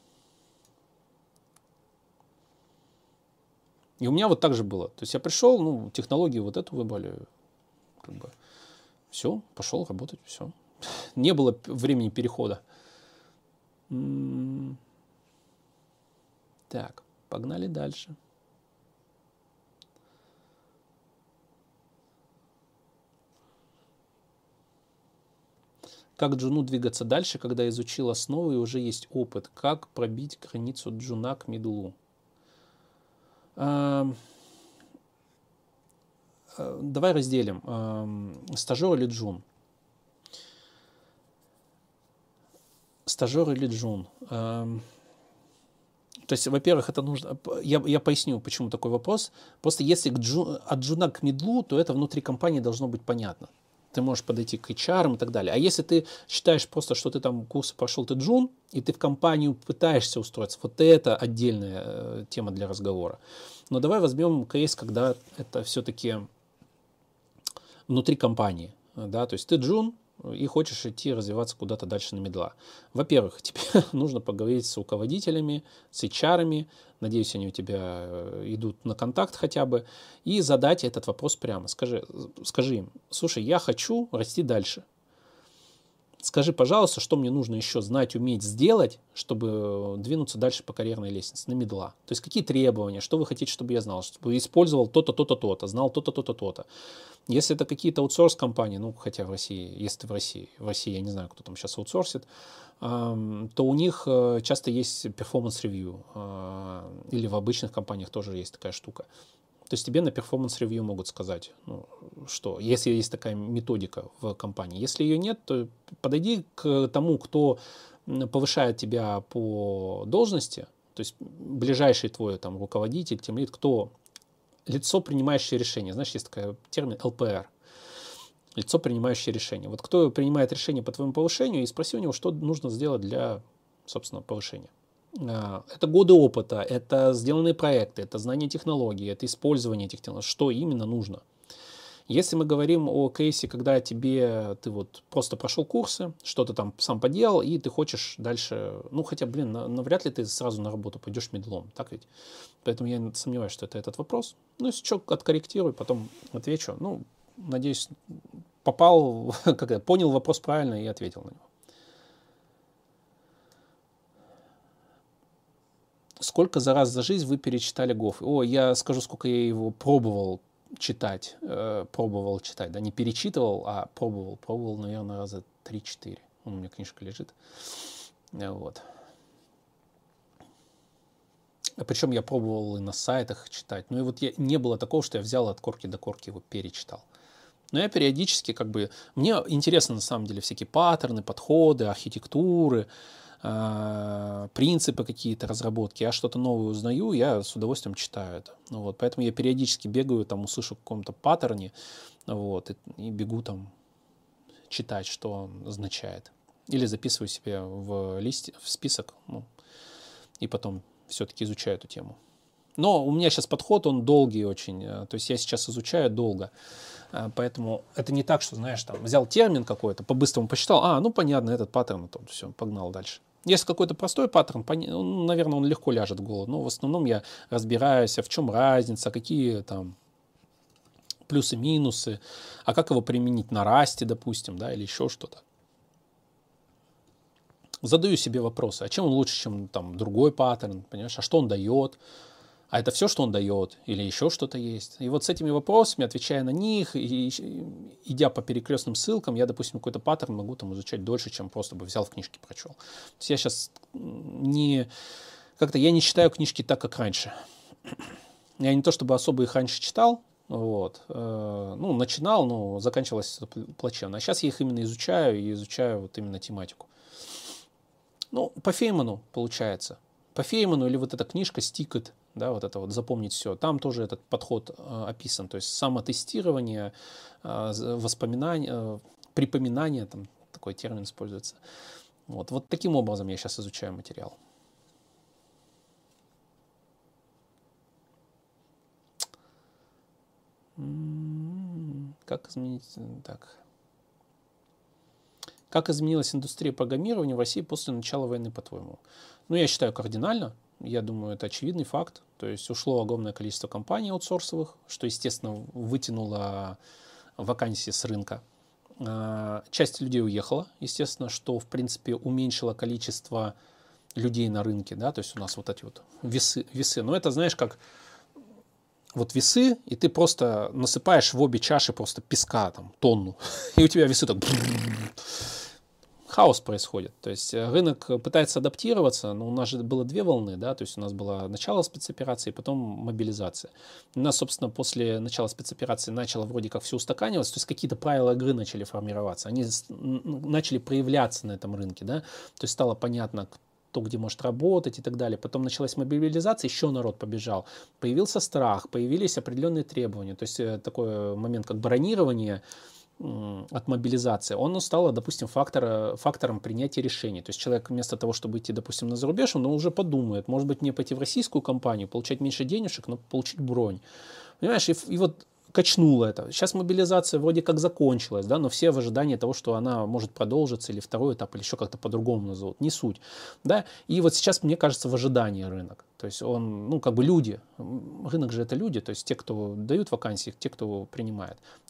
И у меня вот так же было. То есть я пришел, ну, технологию вот эту выбрали, как бы, все, пошел работать, все. Не было времени перехода. М-м- так, погнали дальше. Как джуну двигаться дальше, когда изучил основы и уже есть опыт? Как пробить границу джуна к мидлу? Давай разделим. Стажер или джун? Стажер или джун? То есть, во-первых, это нужно... Я, я поясню, почему такой вопрос. Просто если к джу, от джуна к мидлу, то это внутри компании должно быть понятно. Ты можешь подойти к эйч ар и так далее. А если ты считаешь просто, что ты там курсы прошел, ты джун, и ты в компанию пытаешься устроиться, вот это отдельная э, тема для разговора. Но давай возьмем кейс, когда это все-таки внутри компании. Да? То есть ты джун и хочешь идти развиваться куда-то дальше на мидла. Во-первых, тебе нужно поговорить с руководителями, с эйч ар-ами, надеюсь, они у тебя идут на контакт хотя бы, и задать этот вопрос прямо. Скажи, скажи им, слушай, я хочу расти дальше. скажи, пожалуйста, что мне нужно еще знать, уметь сделать, чтобы двинуться дальше по карьерной лестнице, на мидла. То есть какие требования, что вы хотите, чтобы я знал, чтобы использовал то-то, то-то, то-то, знал то-то, то-то, то-то. Если это какие-то аутсорс-компании, ну, хотя в России, если ты в России, в России я не знаю, кто там сейчас аутсорсит, то у них часто есть перформанс-ревью, или в обычных компаниях тоже есть такая штука. То есть тебе на перформанс-ревью могут сказать, ну, что, если есть такая методика в компании. Если ее нет, то подойди к тому, кто повышает тебя по должности, то есть ближайший твой там руководитель, тимлид, кто лицо, принимающее решение. Знаешь, есть такой термин эл пэ эр. Лицо, принимающее решение. Вот кто принимает решение по твоему повышению, и спроси у него, что нужно сделать для, собственно, повышения. Это годы опыта, это сделанные проекты, это знание технологий, это использование этих технологий. Что именно нужно? Если мы говорим о кейсе, когда тебе, ты вот просто прошел курсы, что-то там сам поделал, и ты хочешь дальше, ну хотя, блин, навряд ли ты сразу на работу пойдешь медлом, так ведь? Поэтому я сомневаюсь, что это этот вопрос. Ну, если что, откорректирую, потом отвечу. Ну, надеюсь, попал, как я понял вопрос правильно и ответил на него. Сколько за раз за жизнь вы перечитали Гоф? О, я скажу, сколько я его пробовал читать. Э, пробовал читать, да, не перечитывал, а пробовал. Пробовал, наверное, раза три-четыре. У меня книжка лежит. Вот. Причем я пробовал и на сайтах читать. Ну и вот я, не было такого, что я взял от корки до корки его перечитал. Но я периодически как бы... Мне интересны на самом деле всякие паттерны, подходы, архитектуры, принципы какие-то, разработки. Я что-то новое узнаю, я с удовольствием читаю это. Ну, вот, поэтому я периодически бегаю, там, услышу в каком-то паттерне, вот, и, и бегу там читать, что он означает. Или записываю себе в, лист, в список, ну, и потом все-таки изучаю эту тему. Но у меня сейчас подход, он долгий очень. То есть я сейчас изучаю долго. Поэтому это не так, что, знаешь, там взял термин какой-то, по-быстрому посчитал, а, ну понятно, этот паттерн, то все, погнал дальше. Если какой-то простой паттерн, ну, наверное, он легко ляжет в голову, но в основном я разбираюсь, а в чем разница, какие там плюсы-минусы, а как его применить на расте, допустим, да, или еще что-то. Задаю себе вопросы, а чем он лучше, чем там другой паттерн, понимаешь, а что он дает, а это все, что он дает, или еще что-то есть. И вот с этими вопросами, отвечая на них, и, и, идя по перекрестным ссылкам, я, допустим, какой-то паттерн могу там изучать дольше, чем просто бы взял в книжке прочел. То есть я сейчас не... Как-то я не читаю книжки так, как раньше. Я не то чтобы особо их раньше читал, вот, э, ну, начинал, но заканчивалось плачевно. А сейчас я их именно изучаю, и изучаю вот именно тематику. Ну, по Фейману получается. По Фейману или вот эта книжка «Стикет», да, вот это вот «Запомнить все», там тоже этот подход э, описан, то есть самотестирование, э, воспоминания, э, припоминание, там такой термин используется. Вот, вот таким образом я сейчас изучаю материал. Как изменить... Так... Как изменилась индустрия программирования в России после начала войны, по-твоему? Ну, я считаю, кардинально. Я думаю, это очевидный факт. То есть ушло огромное количество компаний аутсорсовых, что, естественно, вытянуло вакансии с рынка. Часть людей уехала, естественно, что, в принципе, уменьшило количество людей на рынке. Да? То есть у нас вот эти вот весы. весы. Но это, знаешь, как... Вот весы, и ты просто насыпаешь в обе чаши просто песка, там, тонну, и у тебя весы так... Хаос происходит. То есть рынок пытается адаптироваться, но у нас же было две волны, да, то есть у нас было начало спецоперации, потом мобилизация. У нас, собственно, после начала спецоперации начало вроде как все устаканиваться, то есть какие-то правила игры начали формироваться, они начали проявляться на этом рынке, да, то есть стало понятно, кто где может работать и так далее. Потом началась мобилизация, еще народ побежал. Появился страх, появились определенные требования. То есть такой момент, как бронирование от мобилизации, он стал, допустим, фактор, фактором принятия решений. То есть человек вместо того, чтобы идти, допустим, на зарубеж, он уже подумает, может быть, мне пойти в российскую компанию, получать меньше денежек, но получить бронь. Понимаешь, и, и вот качнуло это. Сейчас мобилизация вроде как закончилась, да, но все в ожидании того, что она может продолжиться, или второй этап, или еще как-то по-другому назовут. Не суть. Да? И вот сейчас, мне кажется, в ожидании рынок. То есть он, ну, как бы люди. Рынок же это люди, то есть те, кто дают вакансии, те, кто принимает.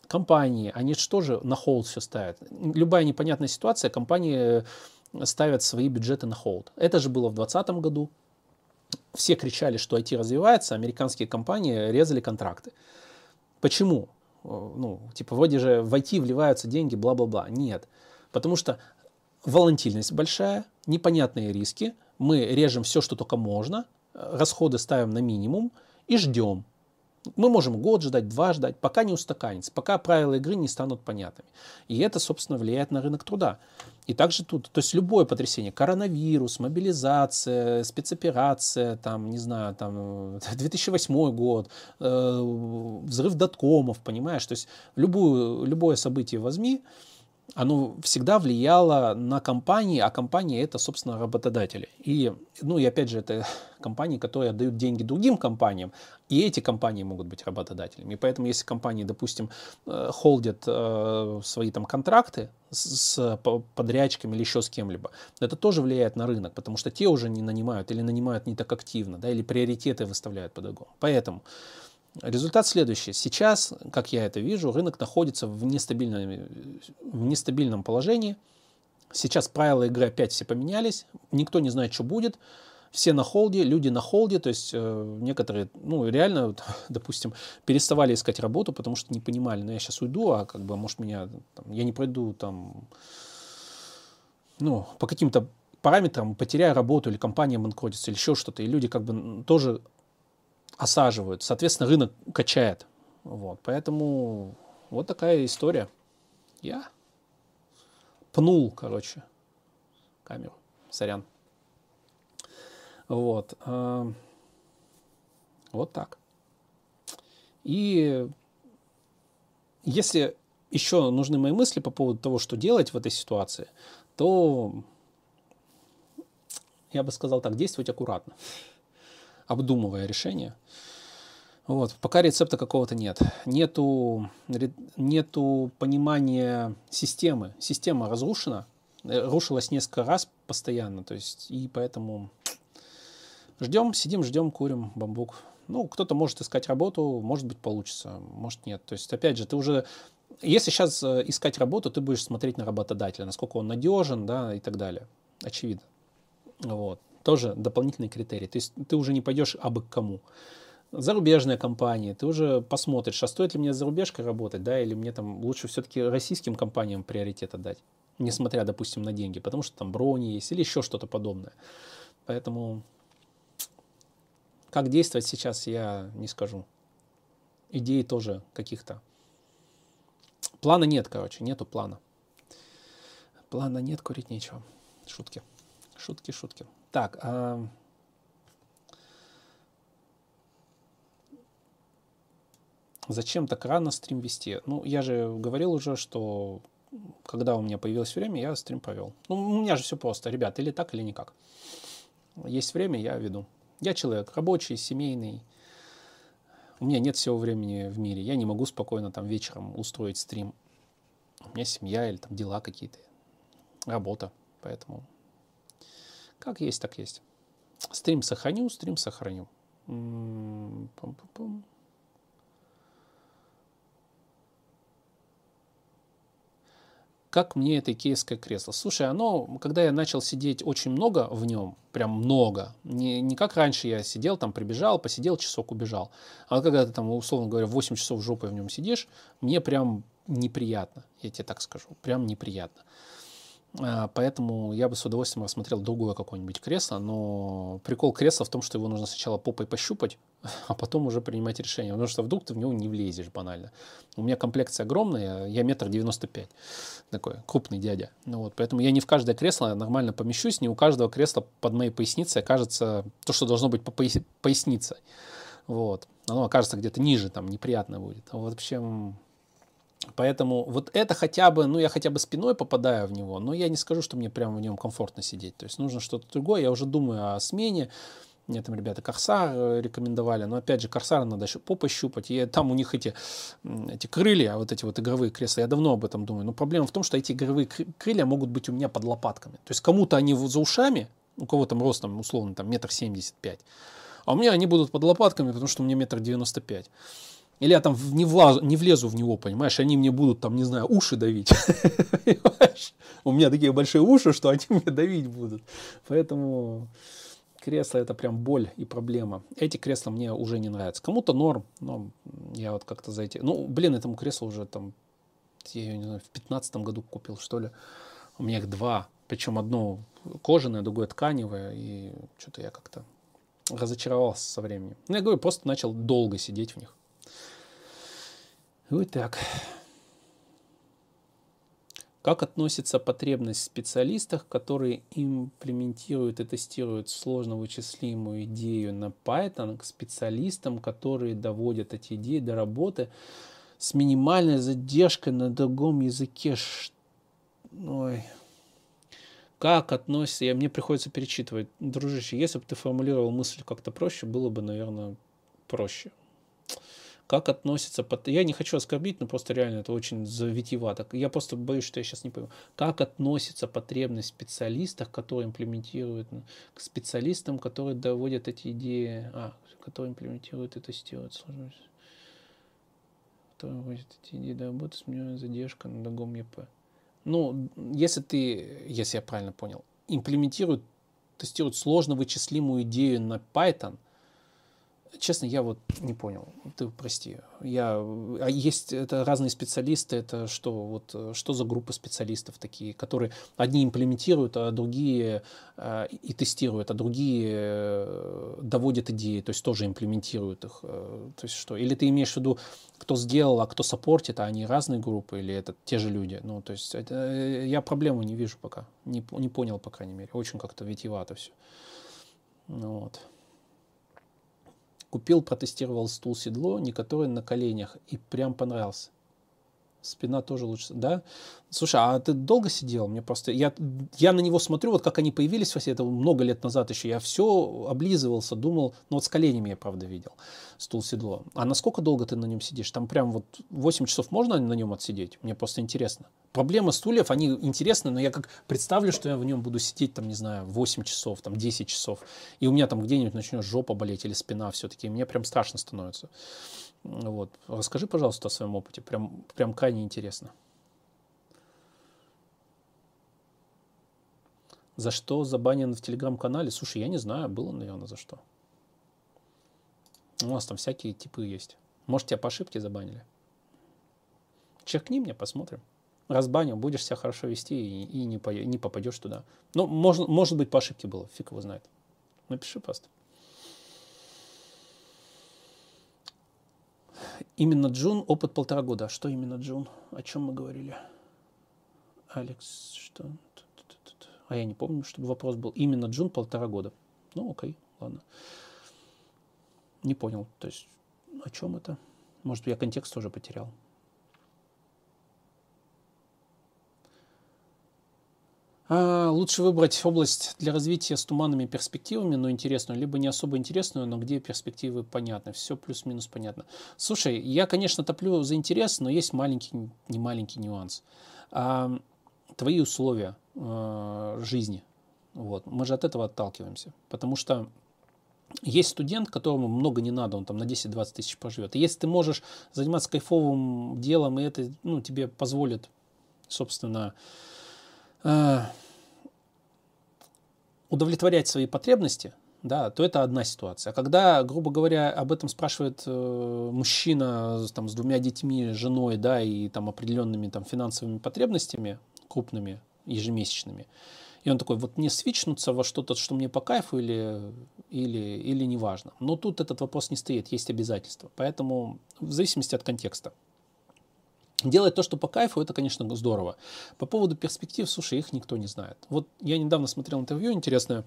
Компании, они же тоже на холд все ставят. Любая непонятная ситуация, компании ставят свои бюджеты на холд. Это же было в двадцатом году. Все кричали, что ай ти развивается, американские компании резали контракты. Почему? Ну, типа, вроде же в ай ти вливаются деньги, бла-бла-бла. Нет. Потому что волатильность большая, непонятные риски, мы режем все, что только можно, расходы ставим на минимум и ждем. Мы можем год ждать, два ждать, пока не устаканится, пока правила игры не станут понятными. И это, собственно, влияет на рынок труда. И также тут, то есть любое потрясение, коронавирус, мобилизация, спецоперация, там, не знаю, там, две тысячи восьмой год, э, взрыв доткомов, понимаешь? То есть любую, любое событие возьми, оно всегда влияло на компании, а компании это, собственно, работодатели. И, ну, и опять же, это компании, которые отдают деньги другим компаниям, и эти компании могут быть работодателями. И поэтому, если компании, допустим, холдят э, свои там контракты с, с подрядчиками или еще с кем-либо, это тоже влияет на рынок, потому что те уже не нанимают или нанимают не так активно, да, или приоритеты выставляют по-другому. Поэтому результат следующий. Сейчас, как я это вижу, рынок находится в нестабильном, в нестабильном положении. Сейчас правила игры опять все поменялись. Никто не знает, что будет. Все на холде, люди на холде. То есть э, некоторые, ну реально, допустим, переставали искать работу, потому что не понимали, ну я сейчас уйду, а как бы, может меня, там, я не пройду там, ну, по каким-то параметрам потеряю работу, или компания банкротится, или еще что-то. И люди как бы тоже осаживают. Соответственно, рынок качает. Вот. Поэтому вот такая история. Я пнул, короче, камеру. Сорян. Вот. Вот так. И если еще нужны мои мысли по поводу того, что делать в этой ситуации, то я бы сказал так, действовать аккуратно, обдумывая решение. Вот. Пока рецепта какого-то нет. Нету, нету понимания системы. Система разрушена, рушилась несколько раз постоянно. То есть, и поэтому ждем, сидим, ждем, курим бамбук. Ну, кто-то может искать работу, может быть, получится, может, нет. То есть, опять же, ты уже... Если сейчас искать работу, ты будешь смотреть на работодателя, насколько он надежен, да, и так далее. Очевидно. Вот. Тоже дополнительный критерий. То есть ты уже не пойдешь абы к кому. Зарубежная компания, ты уже посмотришь, а стоит ли мне с зарубежкой работать, да, или мне там лучше все-таки российским компаниям приоритет отдать, несмотря, допустим, на деньги, потому что там брони есть или еще что-то подобное. Поэтому как действовать сейчас, я не скажу. Идей тоже каких-то. Плана нет, короче, нету плана. Плана нет, курить нечего. Шутки. Шутки, шутки. Так, а... зачем так рано стрим вести? Ну, я же говорил уже, что когда у меня появилось время, я стрим провел. Ну, у меня же все просто, ребят, или так, или никак. Есть время, я веду. Я человек рабочий, семейный. У меня нет всего времени в мире. Я не могу спокойно там вечером устроить стрим. У меня семья или там дела какие-то, работа. Поэтому как есть, так есть. Стрим сохраню, стрим сохраню. Пум-пум-пум. Как мне это икеевское кресло? Слушай, оно, когда я начал сидеть очень много в нем, прям много, не, не как раньше я сидел, там прибежал, посидел часок, убежал. А вот когда ты там, условно говоря, восемь часов жопой в нем сидишь, мне прям неприятно, я тебе так скажу, прям неприятно. Поэтому я бы с удовольствием рассмотрел другое какое-нибудь кресло, но прикол кресла в том, что его нужно сначала попой пощупать, а потом уже принимать решение, потому что вдруг ты в него не влезешь банально. У меня комплекция огромная, я метр девяносто пять, такой крупный дядя. Ну вот, поэтому я не в каждое кресло нормально помещусь, не у каждого кресла под моей поясницей окажется то, что должно быть по пояс... пояснице. Вот. Оно окажется где-то ниже, там неприятно будет. А в общем... Поэтому вот это хотя бы, ну я хотя бы спиной попадаю в него, но я не скажу, что мне прямо в нем комфортно сидеть. То есть нужно что-то другое. Я уже думаю о смене. Мне там ребята Корсар рекомендовали, но опять же Корсар надо еще попой щупать. И там у них эти, эти крылья, вот эти вот игровые кресла, я давно об этом думаю. Но проблема в том, что эти игровые крылья могут быть у меня под лопатками. То есть кому-то они за ушами, у кого там ростом условно там метр семьдесят пять, а у меня они будут под лопатками, потому что у меня метр девяносто пять. Или я там в- не, влазу, не влезу в него, понимаешь, они мне будут там, не знаю, уши давить. Понимаешь? У меня такие большие уши, что они мне давить будут. Поэтому кресло это прям боль и проблема. Эти кресла мне уже не нравятся. Кому-то норм, но я вот как-то за эти... Ну, блин, этому креслу уже там, я её, не знаю, в пятнадцатом году купил, что ли. У меня их два. Причем одно кожаное, другое тканевое. И что-то я как-то разочаровался со временем. Ну, я говорю, просто начал долго сидеть в них. Вот так. Как относится потребность в специалистах, которые имплементируют и тестируют сложно вычислимую идею на Python, к специалистам, которые доводят эти идеи до работы с минимальной задержкой на другом языке? Ой. Как относится, я, мне приходится перечитывать, дружище, если бы ты формулировал мысль как-то проще, было бы, наверное, проще. Как относится, я не хочу оскорбить, но просто реально это очень завитивато. Я просто боюсь, что я сейчас не пойму. Как относится потребность в специалистах, которые имплементируют, к специалистам, которые доводят эти идеи, а, которые имплементируют и тестируют сложность, которые доводят эти идеи до работы с минимальной задержкой на другом ЕП. Ну, если ты, если я правильно понял, имплементируют, тестируют сложно вычислимую идею на Python, честно, я вот не понял. Ты прости. Я, а есть это разные специалисты. Это что? Вот что за группа специалистов такие, которые одни имплементируют, а другие э, и тестируют, а другие э, доводят идеи, то есть тоже имплементируют их. Э, то есть что? Или ты имеешь в виду, кто сделал, а кто саппортит, а они разные группы, или это те же люди? Ну, то есть это, э, я проблему не вижу пока. Не, не понял, по крайней мере. Очень как-то витиевато все. Ну, вот. Купил, протестировал стул-седло, не который на коленях, и прям понравился. Спина тоже лучше, да? Слушай, а ты долго сидел? Мне просто, я, я на него смотрю, вот как они появились, это много лет назад еще, я все облизывался, думал, ну вот с коленями я, правда, видел стул-седло. А насколько долго ты на нем сидишь? Там прям вот восемь часов можно на нем отсидеть? Мне просто интересно. Проблема стульев, они интересны, но я как представлю, что я в нем буду сидеть, там, не знаю, восемь часов, там, десять часов, и у меня там где-нибудь начнет жопа болеть или спина все-таки, мне прям страшно становится. Вот. Расскажи, пожалуйста, о своем опыте. Прям, прям крайне интересно. За что забанен в телеграм-канале? Слушай, я не знаю, было, наверное, за что. У нас там всякие типы есть. Может, тебя по ошибке забанили? Черкни мне, посмотрим. Разбанил, будешь себя хорошо вести и, и не, по, не попадешь туда. Ну, может, может быть, по ошибке было, фиг его знает. Напиши просто. Именно Джун, опыт полтора года. Что именно Джун? О чем мы говорили? Алекс, что? А я не помню, чтобы вопрос был. Именно Джун полтора года. Ну, окей, ладно. Не понял. То есть, о чем это? Может, я контекст тоже потерял. А, лучше выбрать область для развития с туманными перспективами, но интересную, либо не особо интересную, но где перспективы понятны. Все плюс-минус понятно. Слушай, я, конечно, топлю за интерес, но есть маленький, не маленький нюанс. А, твои условия а, жизни. Вот. Мы же от этого отталкиваемся. Потому что есть студент, которому много не надо, он там на десять-двадцать тысяч проживет. И если ты можешь заниматься кайфовым делом, и это ну, тебе позволит, собственно, удовлетворять свои потребности, да, то это одна ситуация. А когда, грубо говоря, об этом спрашивает э, мужчина там, с двумя детьми, женой, да, и там, определенными там, финансовыми потребностями, крупными, ежемесячными, и он такой, вот мне свичнуться во что-то, что мне по кайфу или, или, или неважно. Но тут этот вопрос не стоит, есть обязательства. Поэтому в зависимости от контекста. Делать то, что по кайфу, это, конечно, здорово. По поводу перспектив, слушай, их никто не знает. Вот я недавно смотрел интервью интересное.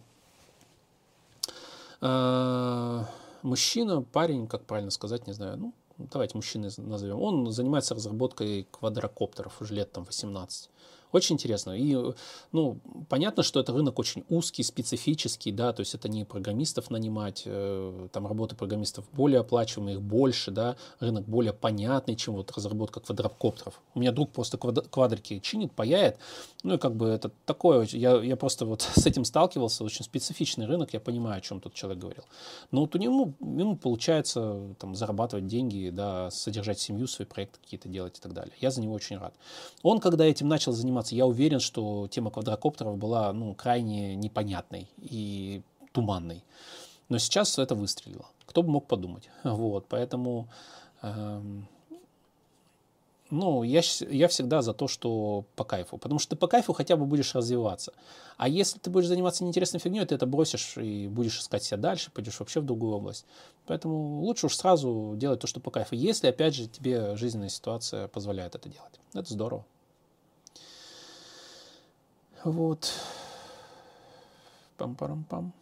Мужчина, парень, как правильно сказать, не знаю, ну, давайте мужчиной назовем. Он занимается разработкой квадрокоптеров уже лет там восемнадцать. Очень интересно. И, ну, понятно, что это рынок очень узкий, специфический, да, то есть это не программистов нанимать, э, там работы программистов более оплачиваемые, их больше, да, рынок более понятный, чем вот разработка квадрокоптеров. У меня друг просто квад- квадрики чинит, паяет, ну и как бы это такое, я, я просто вот с этим сталкивался, очень специфичный рынок, я понимаю, о чем тут человек говорил. Но вот у него, ему получается там зарабатывать деньги, да, содержать семью, свои проекты какие-то делать и так далее. Я за него очень рад. Он, когда этим начал заниматься, я уверен, что тема квадрокоптеров была, ну, крайне непонятной и туманной. Но сейчас это выстрелило. Кто бы мог подумать. Вот, поэтому, эм, ну, я, я всегда за то, что по кайфу. Потому что ты по кайфу хотя бы будешь развиваться. А если ты будешь заниматься неинтересной фигней, ты это бросишь и будешь искать себя дальше, пойдешь вообще в другую область. Поэтому лучше уж сразу делать то, что по кайфу. Если, опять же, тебе жизненная ситуация позволяет это делать. Это здорово. Вот. Пам-парам-пам.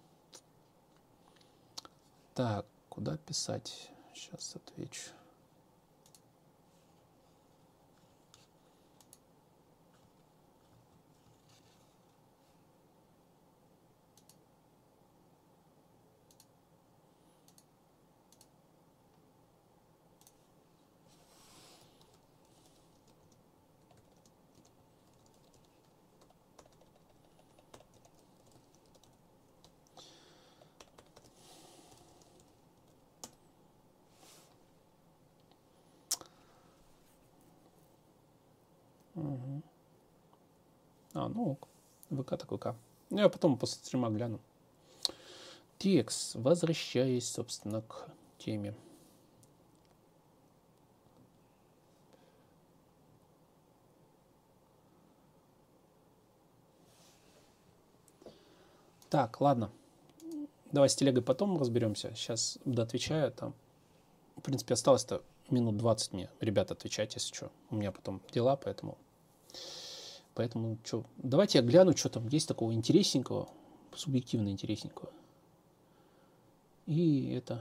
Так, куда писать? Сейчас отвечу. Угу. А, ну, ВК так ВК. Ну, я потом после стрима гляну. Текс, возвращаясь, собственно, к теме. Так, ладно. Давай с телегой потом разберемся. Сейчас доотвечаю там. В принципе, осталось-то минут двадцать мне. Ребята, отвечайте, если что. У меня потом дела, поэтому... Поэтому, что, давайте я гляну, что там есть такого интересненького, субъективно интересненького. И это...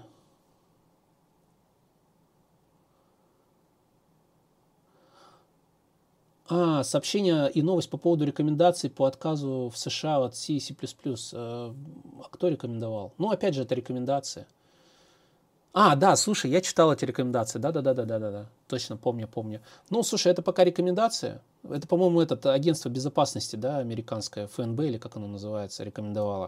А, сообщение и новость по поводу рекомендаций по отказу в США от C и C++. А кто рекомендовал? Ну, опять же, это рекомендация. А, да, слушай, я читал эти рекомендации. Да-да-да-да-да-да. Точно, помню, помню. Ну, слушай, это пока рекомендация. Это, по-моему, это агентство безопасности, да, американское, эф эн бэ, или как оно называется, рекомендовало.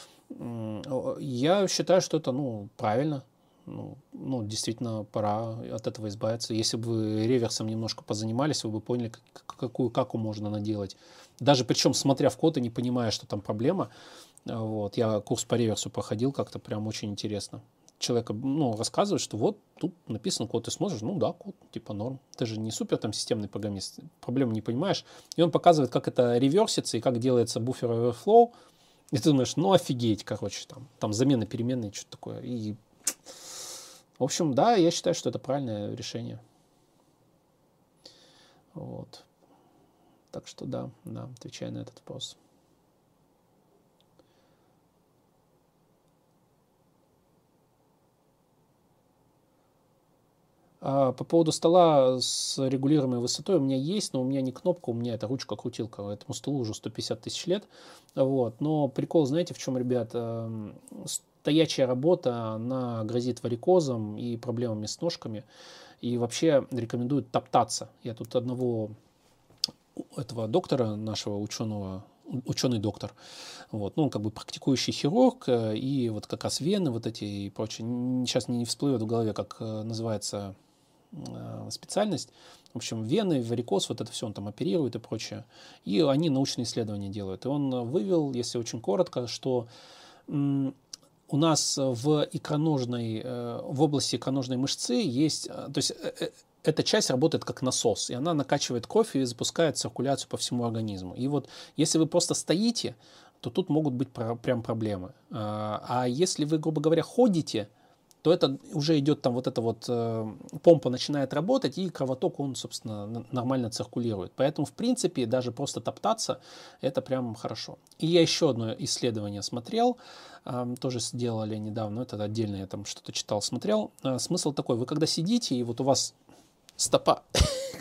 Я считаю, что это, ну, правильно. Ну, ну, действительно, пора от этого избавиться. Если бы вы реверсом немножко позанимались, вы бы поняли, как, какую каку можно наделать. Даже причем, смотря в код и не понимая, что там проблема. Вот. Я курс по реверсу проходил, как-то прям очень интересно. Человек, ну, рассказывает, что вот тут написан код, ты смотришь, ну да, код, типа норм. Ты же не супер там системный программист, проблему не понимаешь. И он показывает, как это реверсится и как делается буфер overflow. И ты думаешь, ну офигеть, короче, там, там замена переменной, что-то такое. И, в общем, да, я считаю, что это правильное решение. Вот. Так что да, да, отвечая на этот вопрос. А по поводу стола с регулируемой высотой у меня есть, но у меня не кнопка, у меня это ручка-крутилка. Этому столу уже сто пятьдесят тысяч лет. Вот. Но прикол, знаете, в чем, ребят? Стоячая работа, она грозит варикозом и проблемами с ножками. И вообще рекомендуют топтаться. Я тут одного этого доктора, нашего ученого, ученый-доктор, вот, ну, он как бы практикующий хирург, и вот как раз вены вот эти и прочее. Сейчас мне не всплывет в голове, как называется специальность. В общем, вены, варикоз, вот это все он там оперирует и прочее. И они научные исследования делают. И он вывел, если очень коротко, что у нас в икроножной, в области икроножной мышцы есть, то есть эта часть работает как насос, и она накачивает кровь и запускает циркуляцию по всему организму. И вот если вы просто стоите, то тут могут быть прям проблемы. А если вы, грубо говоря, ходите, то это уже идет там вот эта вот э, помпа начинает работать, и кровоток, он, собственно, нормально циркулирует. Поэтому, в принципе, даже просто топтаться, это прям хорошо. И я еще одно исследование смотрел, э, тоже сделали недавно, это отдельно я там что-то читал, смотрел. Э, смысл такой, вы когда сидите, и вот у вас стопа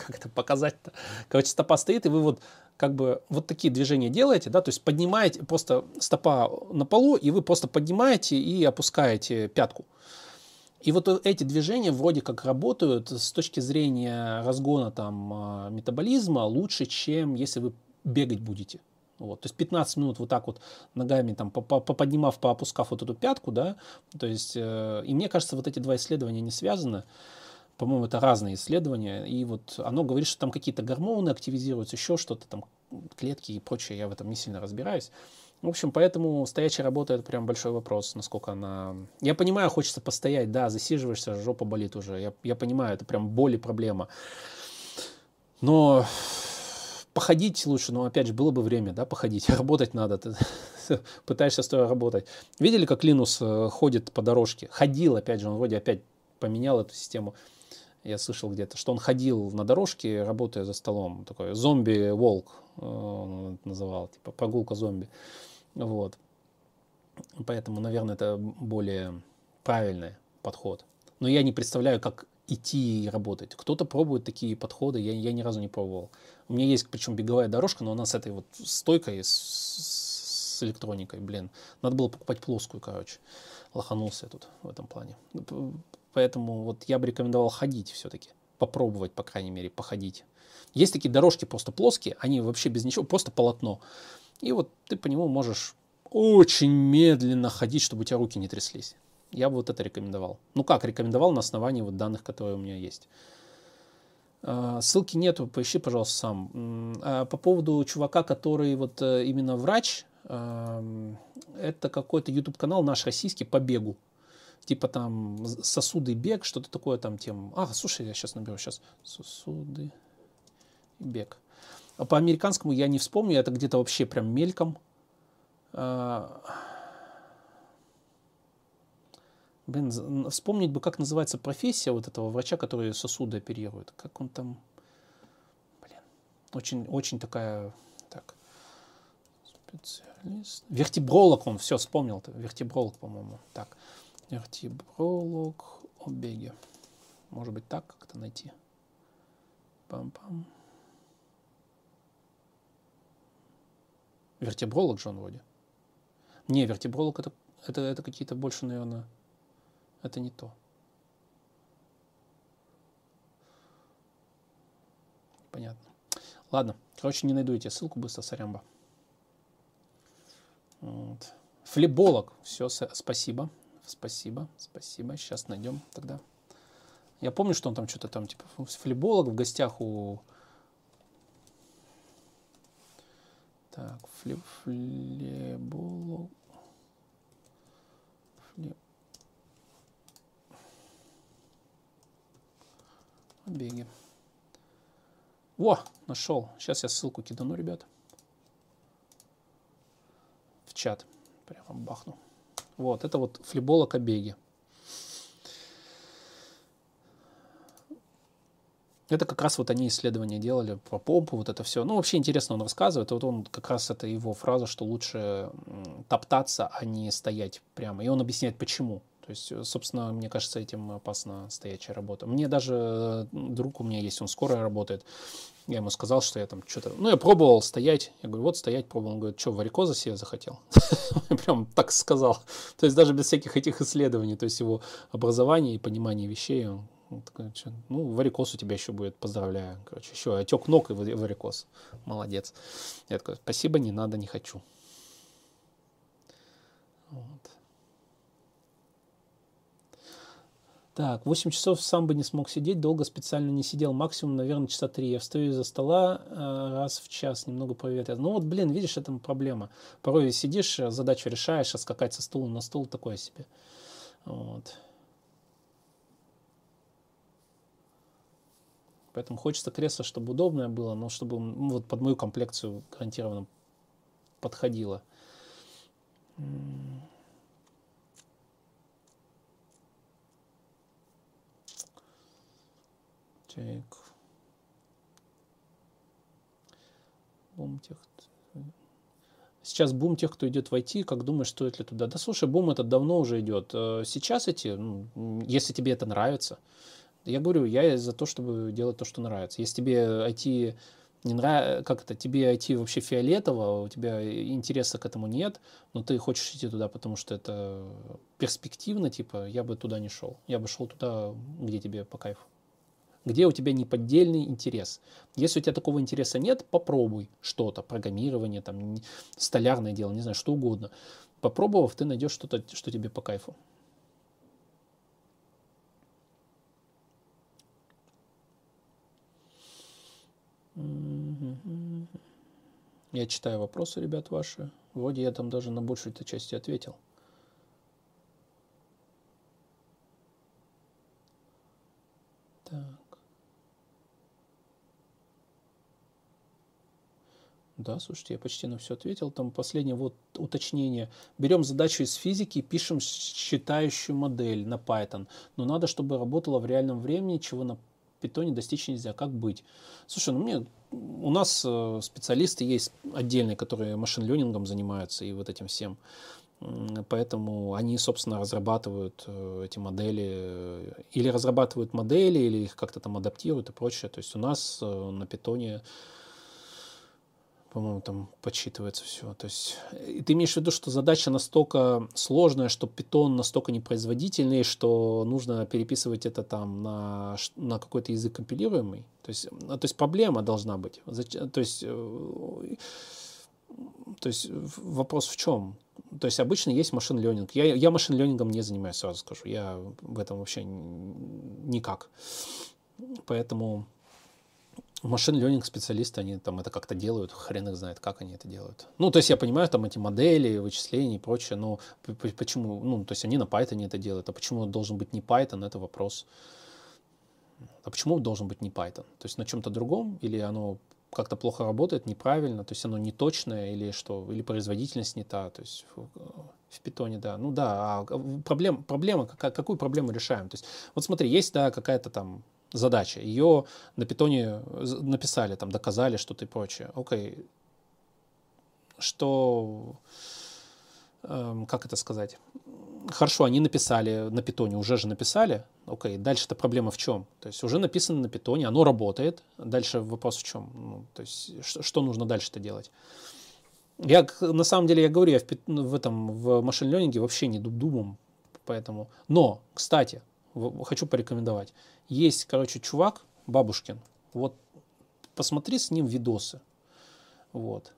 как это показать-то? Короче, стопа стоит, и вы вот как бы вот такие движения делаете, да, то есть поднимаете просто стопа на полу, и вы просто поднимаете и опускаете пятку. И вот эти движения вроде как работают с точки зрения разгона там метаболизма лучше, чем если вы бегать будете. Вот. То есть пятнадцать минут вот так вот ногами там поподнимав, поопускав вот эту пятку, да, то есть, э, и мне кажется, вот эти два исследования не связаны. По-моему, это разные исследования, и вот оно говорит, что там какие-то гормоны активизируются, еще что-то там, клетки и прочее, я в этом не сильно разбираюсь. В общем, поэтому стоячая работа — это прям большой вопрос, насколько она... Я понимаю, хочется постоять, да, засиживаешься, жопа болит уже, я, я понимаю, это прям боль и проблема. Но походить лучше, но опять же, было бы время, да, походить, работать надо, ты пытаешься стоя работать. Видели, как Линус ходит по дорожке? Ходил, опять же, он вроде опять поменял эту систему. Я слышал где-то, что он ходил на дорожке, работая за столом. Такой зомби-волк он называл, типа прогулка зомби. Вот. Поэтому, наверное, это более правильный подход. Но я не представляю, как идти и работать. Кто-то пробует такие подходы, я, я ни разу не пробовал. У меня есть, причем, беговая дорожка, но она с этой вот стойкой, с, с электроникой, блин. Надо было покупать плоскую, короче. Лоханулся я тут в этом плане. Поэтому вот я бы рекомендовал ходить все-таки. Попробовать, по крайней мере, походить. Есть такие дорожки просто плоские, они вообще без ничего, просто полотно. И вот ты по нему можешь очень медленно ходить, чтобы у тебя руки не тряслись. Я бы вот это рекомендовал. Ну как, рекомендовал на основании вот данных, которые у меня есть. Ссылки нету, поищи, пожалуйста, сам. По поводу чувака, который вот именно врач, это какой-то YouTube-канал наш российский по бегу. Типа там сосуды, бег, что-то такое там тем. А, слушай, я сейчас наберу, сейчас. Сосуды, бег. А по американскому я не вспомню, это где-то вообще прям мельком. А... Блин, вспомнить бы, как называется профессия вот этого врача, который сосуды оперирует. Как он там... Блин, очень, очень такая... Так. Специалист. Вертебролог он, все, вспомнил. Вертебролог, по-моему. Так. Вертебролог о беге. Может быть, так как-то найти. Пам-пам. Вертебролог же он вроде. Не, вертебролог это, это, это какие-то больше, наверное, это не то. Понятно. Ладно, короче, не найду я тебе ссылку быстро, сорямба. Вот. Флеболог. Все, спасибо. Спасибо, спасибо. Сейчас найдем тогда. Я помню, что он там что-то там, типа, флеболог в гостях у... Так, флеб, флеболог. Флеб. Беги. Во, нашел. Сейчас я ссылку кидану, ребят. В чат. Прямо бахну. Вот, это вот флеболог о беге. Это как раз вот они исследования делали про помпу, вот это все. Ну, вообще интересно он рассказывает. Вот он как раз, это его фраза, что лучше топтаться, а не стоять прямо. И он объясняет, почему. То есть, собственно, мне кажется, этим опасна стоячая работа. Мне даже друг у меня есть, он скоро работает. Я ему сказал, что я там что-то... Ну, я пробовал стоять. Я говорю, вот стоять пробовал. Он говорит, что, варикоза себе захотел? Прям так сказал. То есть, даже без всяких этих исследований. То есть, его образование и понимание вещей... Ну, варикоз у тебя еще будет, поздравляю. Короче, еще отек ног и варикоз. Молодец. Я такой, спасибо, не надо, не хочу. Вот. Так, восемь часов сам бы не смог сидеть, долго специально не сидел, максимум, наверное, часа три. Я встаю из-за стола э, раз в час, немного проветрят. Ну вот, блин, видишь, это проблема. Порой сидишь, задачу решаешь, а скакать со стула на стул такое себе. Вот. Поэтому хочется кресло, чтобы удобное было, но чтобы ну, вот под мою комплекцию гарантированно подходило. Так. Бум тех. Сейчас бум тех, кто идет в ай ти, как думаешь, стоит ли туда? Да слушай, бум этот давно уже идет. Сейчас эти, ну, если тебе это нравится, Я говорю, я за то, чтобы делать то, что нравится. Если тебе ай ти не нравится, как это, тебе ай ти вообще фиолетово, у тебя интереса к этому нет, но ты хочешь идти туда, потому что это перспективно, типа, я бы туда не шел. Я бы шел туда, где тебе по кайфу. Где у тебя неподдельный интерес. Если у тебя такого интереса нет, попробуй что-то, программирование, там, столярное дело, не знаю, что угодно. Попробовав, ты найдешь что-то, что тебе по кайфу. Я читаю вопросы, ребят, ваши. Вроде я там даже на большую этой части ответил. Так. Да, слушайте, я почти на все ответил. Там последнее вот уточнение. Берем задачу из физики, пишем считающую модель на Python. Но надо, чтобы работала в реальном времени, чего на Python достичь нельзя. Как быть? Слушай, ну мне... У нас э, специалисты есть отдельные, которые машин-лернингом занимаются и вот этим всем. Поэтому они, собственно, разрабатывают э, эти модели. э, Или разрабатывают модели, или их как-то там адаптируют и прочее. То есть у нас э, на Python, по-моему, там подсчитывается все. То есть и ты имеешь в виду, что задача настолько сложная, что Python настолько непроизводительный, что нужно переписывать это там на, ш- на какой-то язык компилируемый? То есть, а, то есть проблема должна быть. Зач- То есть, э, то есть в- вопрос в чем? То есть обычно есть машин-ленинг. Я, я машин-ленингом не занимаюсь, сразу скажу. Я в этом вообще н- никак. Поэтому машин-ленинг специалисты, они там это как-то делают, хрен их знает, как они это делают. Ну, то есть я понимаю, там эти модели, вычисления и прочее, но п- п- почему, ну, то есть они на Python это делают, а почему должен быть не Python, это вопрос. А почему должен быть не Python? То есть на чем-то другом, или оно как-то плохо работает, неправильно, то есть оно не точное, или что, или производительность не та, то есть в, в питоне, да. Ну да, а проблем, проблема, какая, какую проблему решаем? То есть вот смотри, есть, да, какая-то там задача, ее на питоне написали, там, доказали что-то и прочее. Окей, что, эм, как это сказать? Хорошо, они написали на питоне, уже же написали. Окей, дальше-то проблема в чем? То есть уже написано на питоне, оно работает. Дальше вопрос в чем? Ну, то есть что, что нужно дальше-то делать? Я, на самом деле, я говорю, я в, в этом, в машин-лернинге вообще не думам, поэтому... Но, кстати, хочу порекомендовать. Есть, короче, чувак, Бабушкин, вот посмотри с ним видосы. Вот.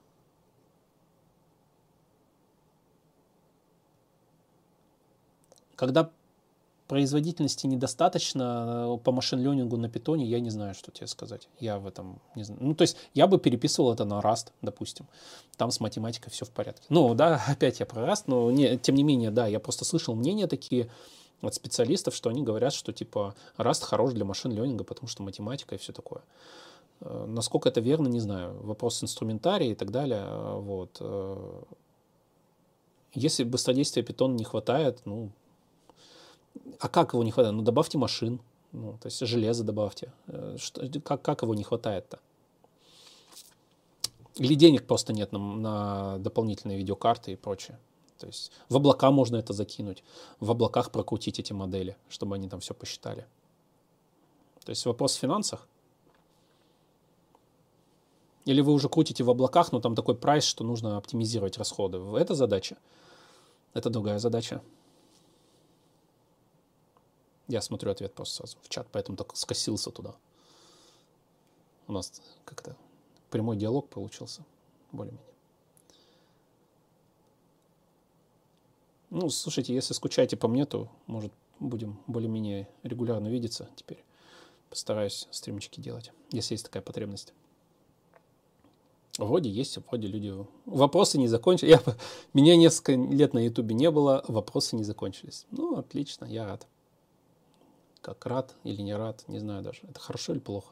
Когда производительности недостаточно по машин-лернингу на питоне, я не знаю, что тебе сказать. Я в этом не знаю. Ну, то есть я бы переписывал это на Rust, допустим. Там с математикой все в порядке. Ну, да, опять я про Rust, но не, тем не менее, да, я просто слышал мнения такие от специалистов, что они говорят, что типа Rust хорош для машин-лернинга, потому что математика и все такое. Насколько это верно, не знаю. Вопрос инструментария и так далее. Вот. Если быстродействия питона не хватает, ну, а как его не хватает? Ну, добавьте машин, ну, то есть железо добавьте. Что, как, как его не хватает-то? Или денег просто нет на, на дополнительные видеокарты и прочее. То есть в облака можно это закинуть, в облаках прокрутить эти модели, чтобы они там все посчитали. То есть вопрос в финансах. Или вы уже крутите в облаках, но там такой прайс, что нужно оптимизировать расходы. Это задача. Это другая задача. Я смотрю ответ просто сразу в чат, поэтому так скосился туда. У нас как-то прямой диалог получился, более-менее. Ну, слушайте, если скучаете по мне, то, может, будем более-менее регулярно видеться теперь. Постараюсь стримчики делать, если есть такая потребность. Вроде есть, вроде люди... Вопросы не закончились. Я... Меня несколько лет на Ютубе не было, вопросы не закончились. Ну, отлично, я рад. Как рад или не рад, не знаю даже. Это хорошо или плохо.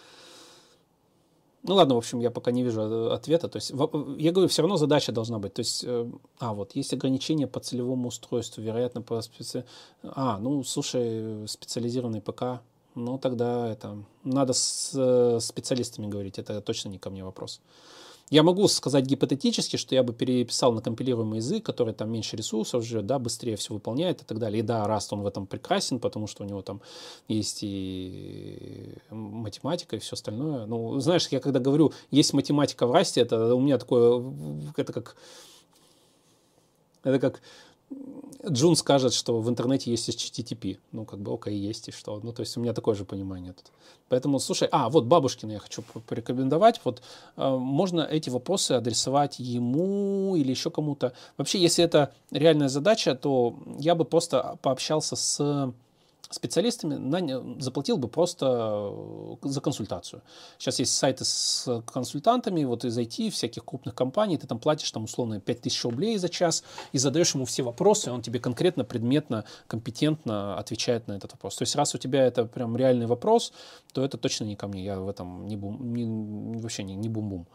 Ну ладно, в общем, я пока не вижу ответа. То есть, я говорю, все равно задача должна быть. То есть, а, вот, есть ограничения по целевому устройству, вероятно, по специ... А, ну, слушай, специализированный ПК, ну, тогда это... Надо с специалистами говорить, это точно не ко мне вопрос. Я могу сказать гипотетически, что я бы переписал на компилируемый язык, который там меньше ресурсов жрет, да, быстрее все выполняет и так далее. И да, Rust, он в этом прекрасен, потому что у него там есть и математика, и все остальное. Ну, знаешь, я когда говорю, есть математика в Rust, это у меня такое, это как, это как Джун скажет, что в интернете есть эйч ти ти пи. Ну, как бы, окей, есть и что. Ну, то есть у меня такое же понимание тут. Поэтому, слушай, а, вот Бабушкина я хочу порекомендовать. Вот э, можно эти вопросы адресовать ему или еще кому-то. Вообще, если это реальная задача, то я бы просто пообщался с специалистами, наня- заплатил бы просто за консультацию. Сейчас есть сайты с консультантами, вот из ай ти, всяких крупных компаний, ты там платишь там условно пять тысяч рублей за час и задаешь ему все вопросы, и он тебе конкретно, предметно, компетентно отвечает на этот вопрос. То есть раз у тебя это прям реальный вопрос, то это точно не ко мне, я в этом не бум, не, вообще не, не бум-бум.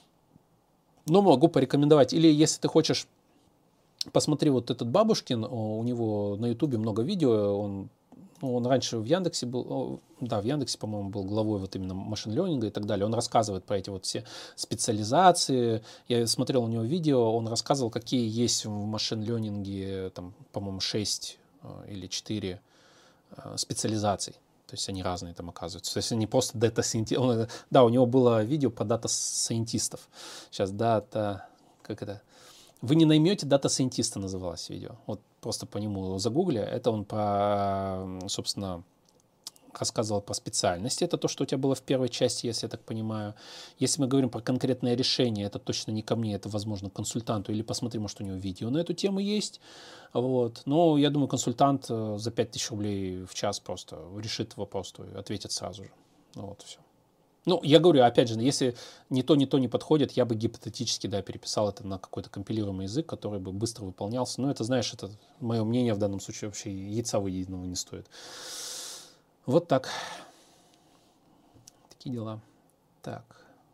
Но могу порекомендовать. Или если ты хочешь, посмотри вот этот Бабушкин, у него на ютубе много видео, он ну, он раньше в Яндексе был, да, в Яндексе, по-моему, был главой вот именно машин-ленинга и так далее. Он рассказывает про эти вот все специализации. Я смотрел у него видео, он рассказывал, какие есть в машин-ленинге, там, по-моему, шесть или четыре специализаций. То есть они разные там оказываются. То есть они просто дата-сайентисты. Да, у него было видео по дата-сайентистов. Сейчас дата, как это... Вы не наймете дата-сайентиста, называлось видео. Вот просто по нему загугли. Это он про, собственно, рассказывал про специальности. Это то, что у тебя было в первой части, если я так понимаю. Если мы говорим про конкретное решение, это точно не ко мне, это, возможно, к консультанту. Или посмотри, может, у него видео на эту тему есть. Вот. Но я думаю, консультант за пять тысяч рублей в час просто решит вопрос, то ответит сразу же. Вот, все. Ну, я говорю, опять же, если ни то, ни то не подходит, я бы гипотетически, да, переписал это на какой-то компилируемый язык, который бы быстро выполнялся. Но это, знаешь, это мое мнение в данном случае вообще яйца выеденного не стоит. Вот так. Такие дела. Так.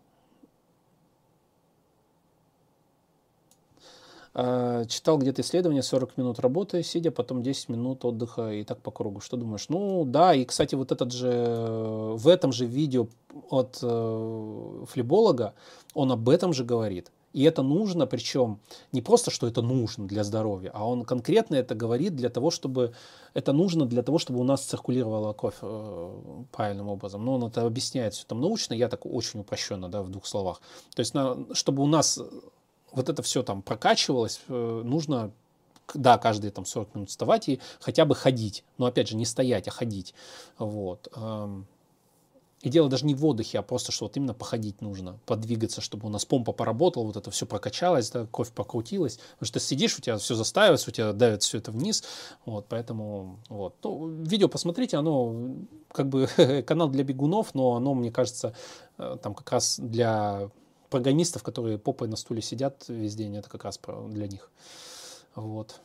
Читал где-то исследование, сорок минут работы, сидя, потом десять минут отдыха и так по кругу. Что думаешь? Ну, да, и, кстати, вот этот же, в этом же видео от э, флеболога, он об этом же говорит. И это нужно, причем не просто, что это нужно для здоровья, а он конкретно это говорит для того, чтобы это нужно для того, чтобы у нас циркулировала кровь э, правильным образом. Но он это объясняет все там научно, я так очень упрощенно, да, в двух словах. То есть, на, чтобы у нас вот это все там прокачивалось, э, нужно, да, каждые там сорок минут вставать и хотя бы ходить. Но опять же, не стоять, а ходить. Вот. И дело даже не в отдыхе, а просто, что вот именно походить нужно, подвигаться, чтобы у нас помпа поработала, вот это все прокачалось, да, кровь прокрутилась. Потому что ты сидишь, у тебя все застаивается, у тебя давит все это вниз. Вот, поэтому, вот. Ну, видео посмотрите, оно как бы канал для бегунов, но оно, мне кажется, там как раз для программистов, которые попой на стуле сидят весь день, это как раз для них. Вот.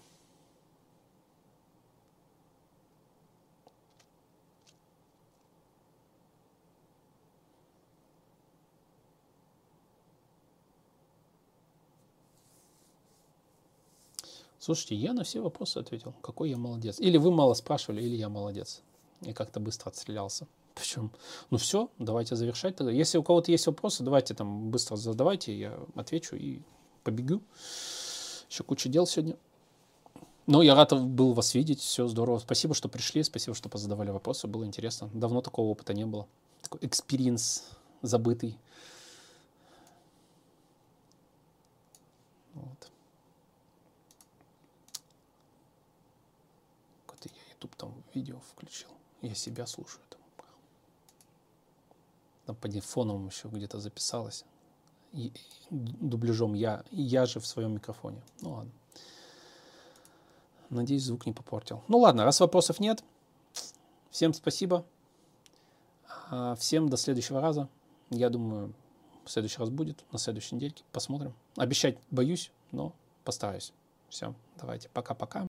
Слушайте, я на все вопросы ответил. Какой я молодец. Или вы мало спрашивали, или я молодец. И как-то быстро отстрелялся. Причем, ну все, давайте завершать тогда. Если у кого-то есть вопросы, давайте там быстро задавайте, я отвечу и побегу. Еще куча дел сегодня. Ну, я рад был вас видеть, все здорово. Спасибо, что пришли, спасибо, что позадавали вопросы, было интересно. Давно такого опыта не было. Такой экспириенс забытый. Вот. Какое-то я YouTube там видео включил. Я себя слушаю там. Там по фоновому еще где-то записалось. И дубляжом я, я же в своем микрофоне. Ну ладно. Надеюсь, звук не попортил. Ну ладно, раз вопросов нет, всем спасибо. Всем до следующего раза. Я думаю, в следующий раз будет, на следующей недельке. Посмотрим. Обещать боюсь, но постараюсь. Все, давайте, пока-пока.